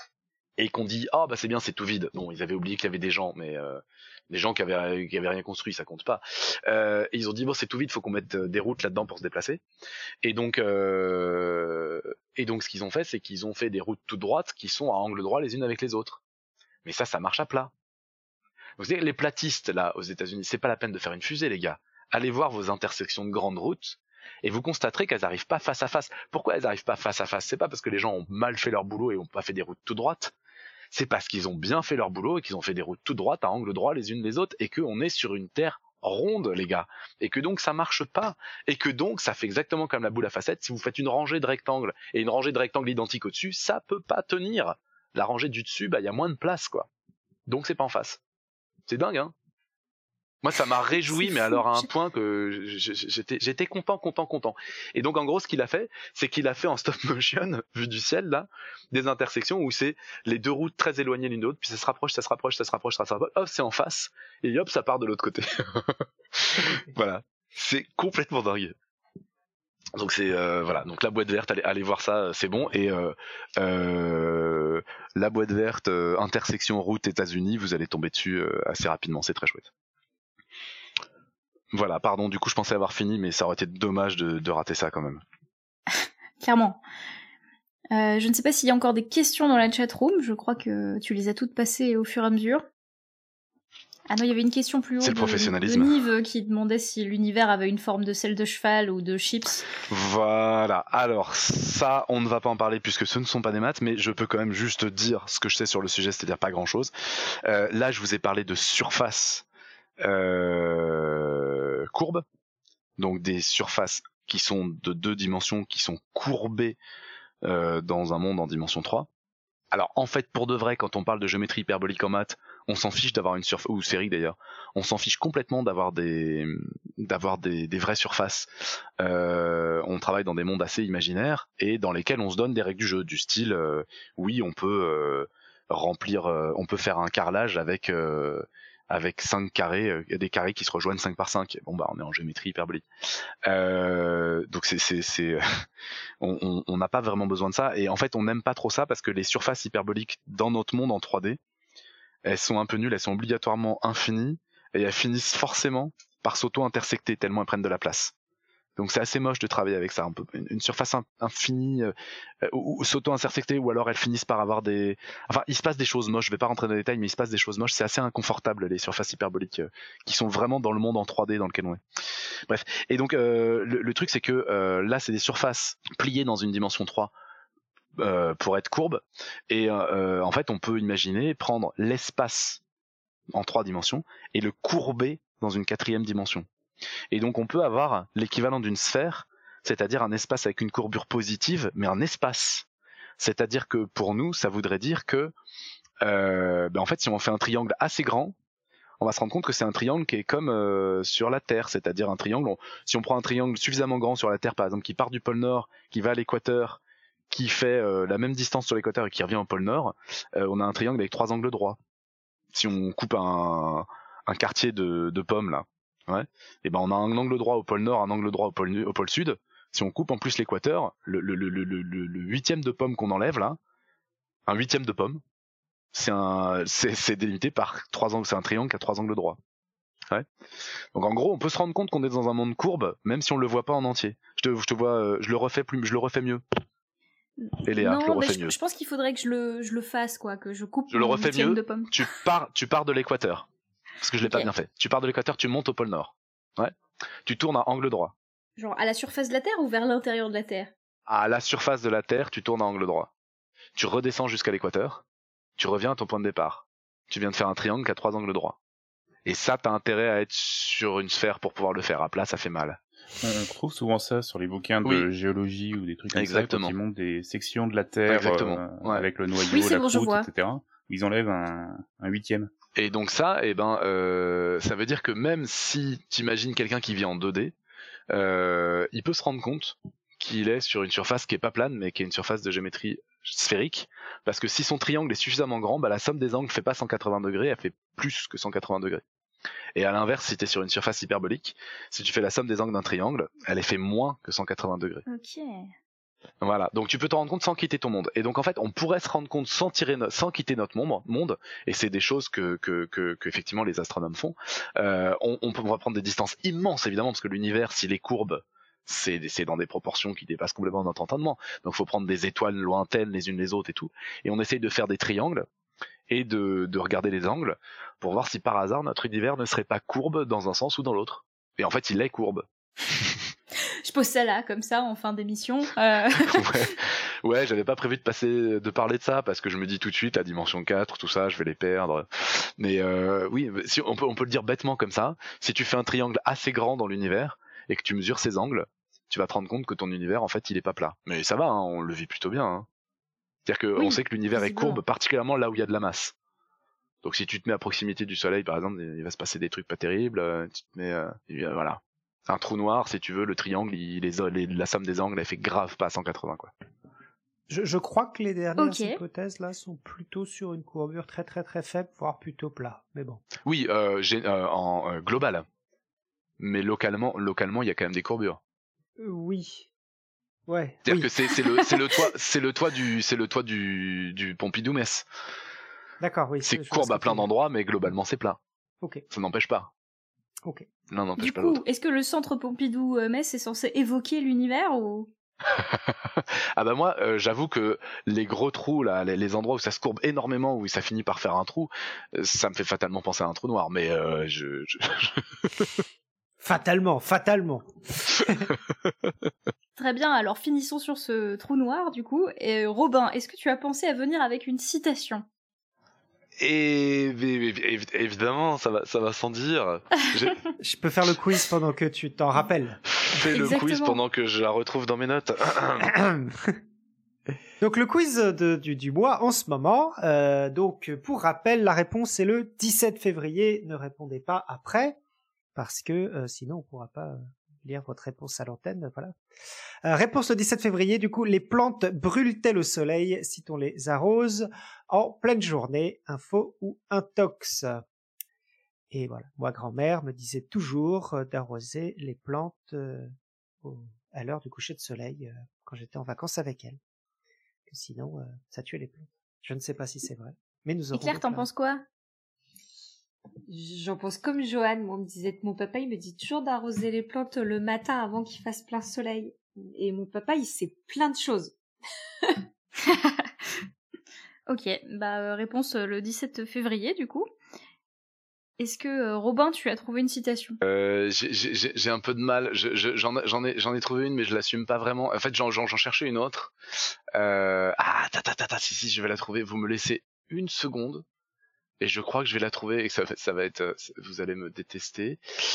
et qu'on dit ah bah c'est bien, c'est tout vide. Non, ils avaient oublié qu'il y avait des gens, mais des gens qui avaient rien construit, ça compte pas. Et ils ont dit bon c'est tout vide, faut qu'on mette des routes là-dedans pour se déplacer. Et donc ce qu'ils ont fait, c'est qu'ils ont fait des routes toutes droites qui sont à angle droit les unes avec les autres. Mais ça marche à plat. Vous savez, les platistes là aux États-Unis, c'est pas la peine de faire une fusée, les gars. Allez voir vos intersections de grandes routes. Et vous constaterez qu'elles n'arrivent pas face à face. Pourquoi elles n'arrivent pas face à face? C'est pas parce que les gens ont mal fait leur boulot et ont pas fait des routes tout droites. C'est parce qu'ils ont bien fait leur boulot et qu'ils ont fait des routes tout droites à angle droit les unes les autres et qu'on est sur une terre ronde, les gars. Et que donc ça marche pas. Et que donc ça fait exactement comme la boule à facettes. Si vous faites une rangée de rectangles et une rangée de rectangles identiques au-dessus, ça peut pas tenir. La rangée du dessus, bah y a moins de place, quoi. Donc c'est pas en face. C'est dingue, hein. Moi, ça m'a réjoui, mais alors à un point que j'étais content. Et donc, en gros, ce qu'il a fait, c'est qu'il a fait en stop motion, vu du ciel, là, des intersections où c'est les deux routes très éloignées l'une de l'autre, puis ça se rapproche, hop, c'est en face, et hop, ça part de l'autre côté. Voilà. C'est complètement dingue. Donc c'est voilà, donc la boîte verte, allez voir ça, c'est bon. Et la boîte verte intersection route États-Unis, vous allez tomber dessus assez rapidement, c'est très chouette. Voilà, pardon, du coup je pensais avoir fini, mais ça aurait été dommage de rater ça quand même. Clairement. Je ne sais pas s'il y a encore des questions dans la chatroom, je crois que tu les as toutes passées au fur et à mesure. Ah non, il y avait une question plus haut de Nive qui demandait si l'univers avait une forme de selle de cheval ou de chips. Voilà, alors ça, on ne va pas en parler puisque ce ne sont pas des maths, mais je peux quand même juste dire ce que je sais sur le sujet, c'est-à-dire pas grand-chose. Là, je vous ai parlé de surface courbes, donc des surfaces qui sont de 2 dimensions, qui sont courbées dans un monde en dimension 3. Alors en fait, pour de vrai, quand on parle de géométrie hyperbolique en maths, on s'en fiche d'avoir une surface, ou sphérique d'ailleurs, on s'en fiche complètement d'avoir des vraies surfaces. On travaille dans des mondes assez imaginaires et dans lesquels on se donne des règles du jeu, du style, oui, on peut on peut faire un carrelage avec 5 carrés, il y a des carrés qui se rejoignent 5 par 5. Bon bah on est en géométrie hyperbolique. Donc on n'a pas vraiment besoin de ça, et en fait on n'aime pas trop ça parce que les surfaces hyperboliques dans notre monde en 3D, elles sont un peu nulles, elles sont obligatoirement infinies et elles finissent forcément par s'auto-intersecter tellement elles prennent de la place. Donc c'est assez moche de travailler avec ça, une surface infinie ou s'auto-intersecter, ou alors elles finissent par avoir des... Enfin, il se passe des choses moches, je vais pas rentrer dans les détails, mais il se passe des choses moches, c'est assez inconfortable les surfaces hyperboliques qui sont vraiment dans le monde en 3D dans lequel on est. Bref, et donc le truc c'est que là c'est des surfaces pliées dans une dimension 3 pour être courbes, et en fait on peut imaginer prendre l'espace en 3 dimensions et le courber dans une 4e dimension. Et donc on peut avoir l'équivalent d'une sphère, c'est-à-dire un espace avec une courbure positive, mais un espace. C'est-à-dire que pour nous, ça voudrait dire que, en fait, si on fait un triangle assez grand, on va se rendre compte que c'est un triangle qui est comme sur la Terre, c'est-à-dire un triangle. Si on prend un triangle suffisamment grand sur la Terre, par exemple, qui part du pôle Nord, qui va à l'équateur, qui fait la même distance sur l'équateur et qui revient au pôle Nord, on a un triangle avec 3 angles droits. Si on coupe un quartier de pommes là. Ouais. Et ben on a un angle droit au pôle Nord, un angle droit au pôle Sud. Si on coupe en plus l'équateur, le 8e de pomme qu'on enlève là, un 8e de pomme, c'est délimité par 3 angles, c'est un triangle qui a 3 angles droits. Ouais. Donc en gros, on peut se rendre compte qu'on est dans un monde courbe, même si on le voit pas en entier. Je le refais mieux. Et Léa, non, je le refais mieux. Je pense qu'il faudrait que je le fasse, quoi, que je coupe. Je le refais mieux. De pomme. Tu pars de l'équateur. Parce que je l'ai pas bien fait. Tu pars de l'équateur, tu montes au pôle Nord. Ouais. Tu tournes à angle droit. Genre à la surface de la Terre ou vers l'intérieur de la Terre? À la surface de la Terre, tu tournes à angle droit. Tu redescends jusqu'à l'équateur. Tu reviens à ton point de départ. Tu viens de faire un triangle qui a 3 angles droits. Et ça, t'as intérêt à être sur une sphère pour pouvoir le faire. À plat, ça fait mal. On trouve souvent ça sur les bouquins de géologie ou des trucs comme ça, quand ils montrent des sections de la Terre avec le noyau, la croûte, etc. Où ils enlèvent un 8e. Et donc ça, ça veut dire que même si tu imagines quelqu'un qui vit en 2D, il peut se rendre compte qu'il est sur une surface qui est pas plane, mais qui est une surface de géométrie sphérique, parce que si son triangle est suffisamment grand, la somme des angles fait pas 180 degrés, elle fait plus que 180 degrés. Et à l'inverse, si tu es sur une surface hyperbolique, si tu fais la somme des angles d'un triangle, elle est fait moins que 180 degrés. Ok. Voilà, donc tu peux te rendre compte sans quitter ton monde. Et donc en fait, on pourrait se rendre compte sans quitter notre monde, et c'est des choses que effectivement les astronomes font. On va prendre des distances immenses évidemment, parce que l'univers, s'il est courbe, c'est dans des proportions qui dépassent complètement notre entendement. Donc il faut prendre des étoiles lointaines les unes les autres et tout, et on essaye de faire des triangles et de regarder les angles pour voir si par hasard notre univers ne serait pas courbe dans un sens ou dans l'autre. Et en fait, il est courbe. Je pose ça là, comme ça, en fin d'émission. Ouais, j'avais pas prévu de parler de ça, parce que je me dis tout de suite, la dimension 4, tout ça, je vais les perdre. Mais oui, si, on peut le dire bêtement comme ça. Si tu fais un triangle assez grand dans l'univers, et que tu mesures ses angles, tu vas te rendre compte que ton univers, en fait, il est pas plat. Mais ça va, hein, on le vit plutôt bien. Hein. C'est-à-dire qu'on sait que l'univers est courbe, particulièrement là où il y a de la masse. Donc si tu te mets à proximité du Soleil, par exemple, il va se passer des trucs pas terribles. Tu te mets, voilà. Un trou noir, si tu veux, le triangle, la somme des angles, elle fait grave pas 180, quoi. Je crois que les dernières hypothèses là sont plutôt sur une courbure très très très faible, voire plutôt plat. Mais bon. Oui, en global. Mais localement, il y a quand même des courbures. Oui. Ouais. C'est-à-dire que c'est le toit du Pompidou-Metz. D'accord, oui. C'est courbe à plein d'endroits, mais globalement c'est plat. Ok. Ça n'empêche pas. Ok. Non, n'empêche du pas coup, l'autre. Est-ce que le centre Pompidou-Metz est censé évoquer l'univers ou... Ah bah moi, j'avoue que les gros trous là, les endroits où ça se courbe énormément, où ça finit par faire un trou, ça me fait fatalement penser à un trou noir. Mais Fatalement. Très bien, alors finissons sur ce trou noir du coup. Et Robin, est-ce que tu as pensé à venir avec une citation ? Et évidemment, ça va sans dire. Je peux faire le quiz pendant que tu t'en rappelles. Fais le quiz pendant que je la retrouve dans mes notes. Donc le quiz du mois en ce moment. Donc pour rappel, la réponse est le 17 février. Ne répondez pas après, parce que sinon on pourra pas lire votre réponse à l'antenne. Voilà. Réponse le 17 février. Du coup, les plantes brûlent-elles au soleil si on les arrose en pleine journée? Info ou intox? Et voilà, moi, grand-mère me disait toujours d'arroser les plantes à l'heure du coucher de soleil quand j'étais en vacances avec elle. Que sinon, ça tuait les plantes. Je ne sais pas si c'est vrai, mais nous aurons... Et Claire, t'en penses quoi? J'en pense comme Johan. Moi, on me disait que mon papa, il me dit toujours d'arroser les plantes le matin avant qu'il fasse plein soleil. Et mon papa, il sait plein de choses. Ok, réponse le 17 février du coup. Est-ce que Robin, tu as trouvé une citation? J'ai un peu de mal. J'en ai trouvé une, mais je l'assume pas vraiment. En fait, j'en cherchais une autre. Si, je vais la trouver. Vous me laissez une seconde, et je crois que je vais la trouver, et que ça va être. Vous allez me détester.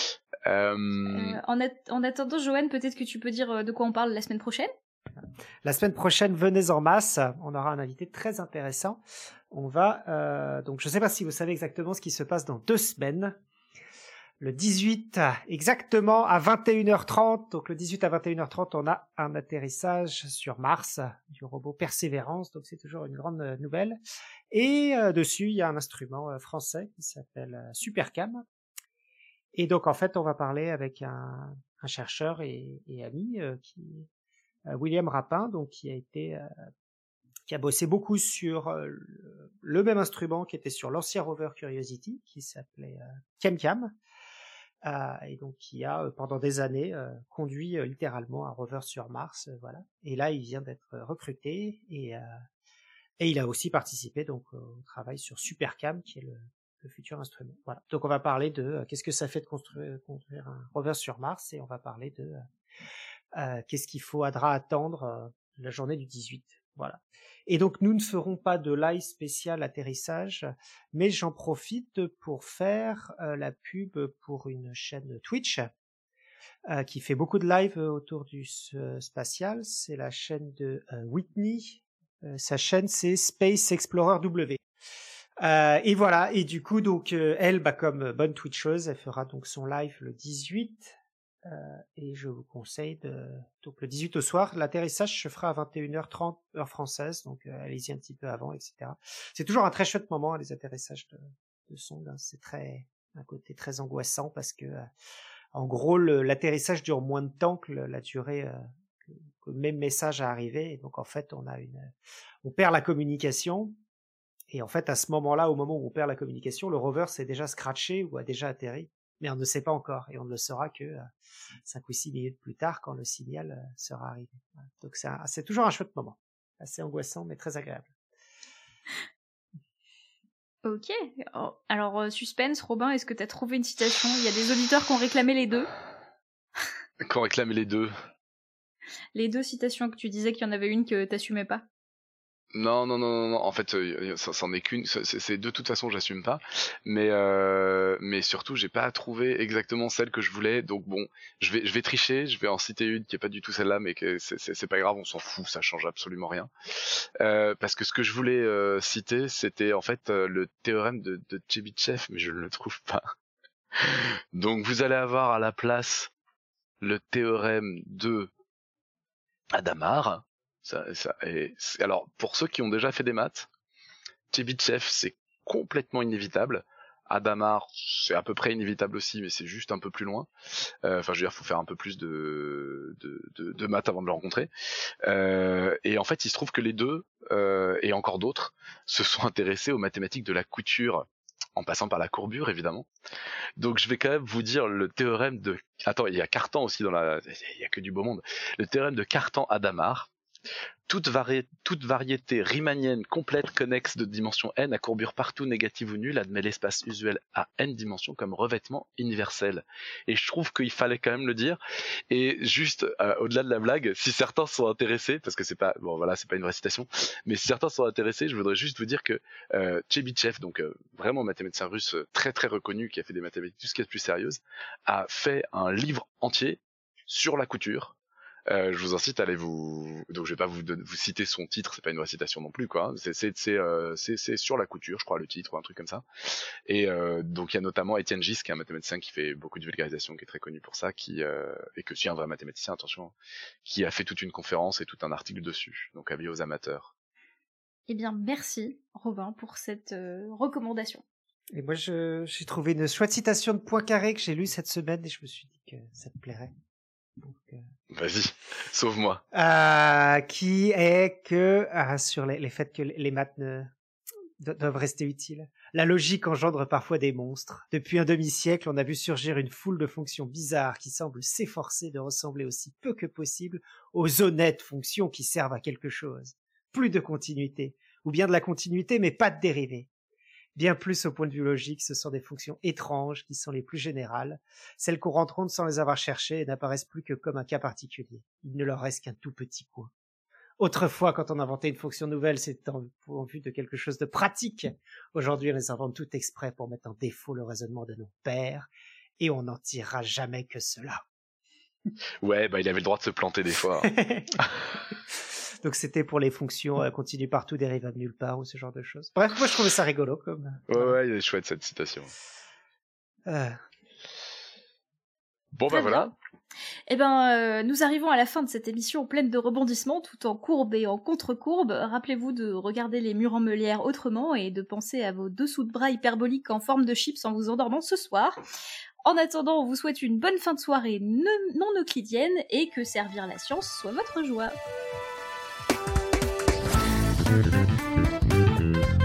En attendant, Joanne, peut-être que tu peux dire de quoi on parle la semaine prochaine? La semaine prochaine, venez en masse. On aura un invité très intéressant. On va... donc, je ne sais pas si vous savez exactement ce qui se passe dans 2 semaines. Le 18, exactement à 21h30. Donc, le 18 à 21h30, on a un atterrissage sur Mars du robot Persévérance. Donc, c'est toujours une grande nouvelle. Et dessus, il y a un instrument français qui s'appelle Supercam. Et donc, en fait, on va parler avec un chercheur et ami William Rapin, donc qui a bossé beaucoup sur le même instrument qui était sur l'ancien rover Curiosity, qui s'appelait ChemCam, et donc qui a pendant des années conduit littéralement un rover sur Mars, voilà. Et là, il vient d'être recruté et il a aussi participé donc au travail sur Supercam, qui est le futur instrument. Voilà. Donc on va parler de qu'est-ce que ça fait de construire un rover sur Mars, et on va parler de qu'est-ce qu'il faudra attendre la journée du 18. Voilà. Et donc nous ne ferons pas de live spécial atterrissage, mais j'en profite pour faire la pub pour une chaîne Twitch qui fait beaucoup de live autour du spatial. C'est la chaîne de Whitney. Sa chaîne, c'est Space Explorer W. Et voilà. Et du coup, donc elle, comme bonne Twitcheuse, elle fera donc son live le 18. Et je vous conseille donc le 18 au soir, l'atterrissage se fera à 21h30 heure française, donc allez-y un petit peu avant, etc. C'est toujours un très chouette moment, les atterrissages de sondes, hein. C'est un côté très angoissant parce que en gros l'atterrissage dure moins de temps que la durée le même message a arrivé, et donc en fait on perd la communication, et en fait à ce moment-là, au moment où on perd la communication, le rover s'est déjà scratché ou a déjà atterri, mais on ne sait pas encore, et on ne le saura que 5 ou 6 minutes plus tard quand le signal sera arrivé. Donc c'est toujours un chouette moment, assez angoissant mais très agréable. Ok, alors suspense, Robin, est-ce que t'as trouvé une citation? Il y a des auditeurs qui ont réclamé les deux. Qui ont réclamé les deux? Les deux citations que tu disais qu'il y en avait une que t'assumais pas. Non, en fait, c'en est qu'une, c'est de toute façon, j'assume pas, mais surtout, j'ai pas trouvé exactement celle que je voulais, donc bon, je vais tricher, je vais en citer une qui est pas du tout celle-là, mais que c'est pas grave, on s'en fout, ça change absolument rien, parce que ce que je voulais citer, c'était en fait le théorème de Tchebychev, mais je ne le trouve pas. Donc vous allez avoir à la place le théorème de Hadamard. Alors, pour ceux qui ont déjà fait des maths, Tchebychev, c'est complètement inévitable. Hadamard, c'est à peu près inévitable aussi, mais c'est juste un peu plus loin. Enfin, je veux dire, faut faire un peu plus de maths avant de le rencontrer. Et en fait, il se trouve que les deux, et encore d'autres, se sont intéressés aux mathématiques de la couture, en passant par la courbure, évidemment. Donc, je vais quand même vous dire le théorème de... Attends, il y a Cartan aussi il y a que du beau monde. Le théorème de Cartan-Hadamard. Toute variété riemannienne complète connexe de dimension n à courbure partout négative ou nulle admet l'espace usuel à n dimensions comme revêtement universel. Et je trouve qu'il fallait quand même le dire. Et juste au-delà de la blague, si certains sont intéressés, parce que c'est pas une vraie citation, mais si certains sont intéressés, je voudrais juste vous dire que Tchebychev, donc vraiment mathématicien russe très très reconnu, qui a fait des mathématiques tout ce qui est de plus sérieuses, a fait un livre entier sur la couture. Je vous incite à aller donc je vais pas vous citer son titre, c'est pas une vraie citation non plus, quoi. C'est sur la couture, je crois, le titre ou un truc comme ça. Et donc il y a notamment Étienne Gis, qui est un mathématicien qui fait beaucoup de vulgarisation, qui est très connu pour ça, et que aussi un vrai mathématicien, attention, qui a fait toute une conférence et tout un article dessus. Donc avis aux amateurs. Eh bien, merci Robin pour cette recommandation. Et moi j'ai trouvé une chouette citation de Poincaré que j'ai lue cette semaine et je me suis dit que ça te plairait. Donc, vas-y, sauve-moi. Qui est que sur les faits que les maths doivent rester utiles. La logique engendre parfois des monstres. Depuis un demi-siècle, on a vu surgir une foule de fonctions bizarres qui semblent s'efforcer de ressembler aussi peu que possible aux honnêtes fonctions qui servent à quelque chose. Plus de continuité, ou bien de la continuité mais pas de dérivée. Bien plus au point de vue logique, ce sont des fonctions étranges qui sont les plus générales, celles qu'on rencontre sans les avoir cherchées et n'apparaissent plus que comme un cas particulier. Il ne leur reste qu'un tout petit point. Autrefois, quand on inventait une fonction nouvelle, c'était en vue de quelque chose de pratique. Aujourd'hui, on les invente tout exprès pour mettre en défaut le raisonnement de nos pères, et on n'en tirera jamais que cela. Ouais, il avait le droit de se planter des fois. Donc c'était pour les fonctions continues partout, dérivables nulle part, ou ce genre de choses. Bref, moi je trouvais ça rigolo comme... Ouais, il est chouette cette citation. Bon Très voilà. Eh ben, nous arrivons à la fin de cette émission pleine de rebondissements, tout en courbe et en contre-courbe. Rappelez-vous de regarder les murs en meulière autrement et de penser à vos dessous de bras hyperboliques en forme de chips en vous endormant ce soir. En attendant, on vous souhaite une bonne fin de soirée non euclidienne et que servir la science soit votre joie.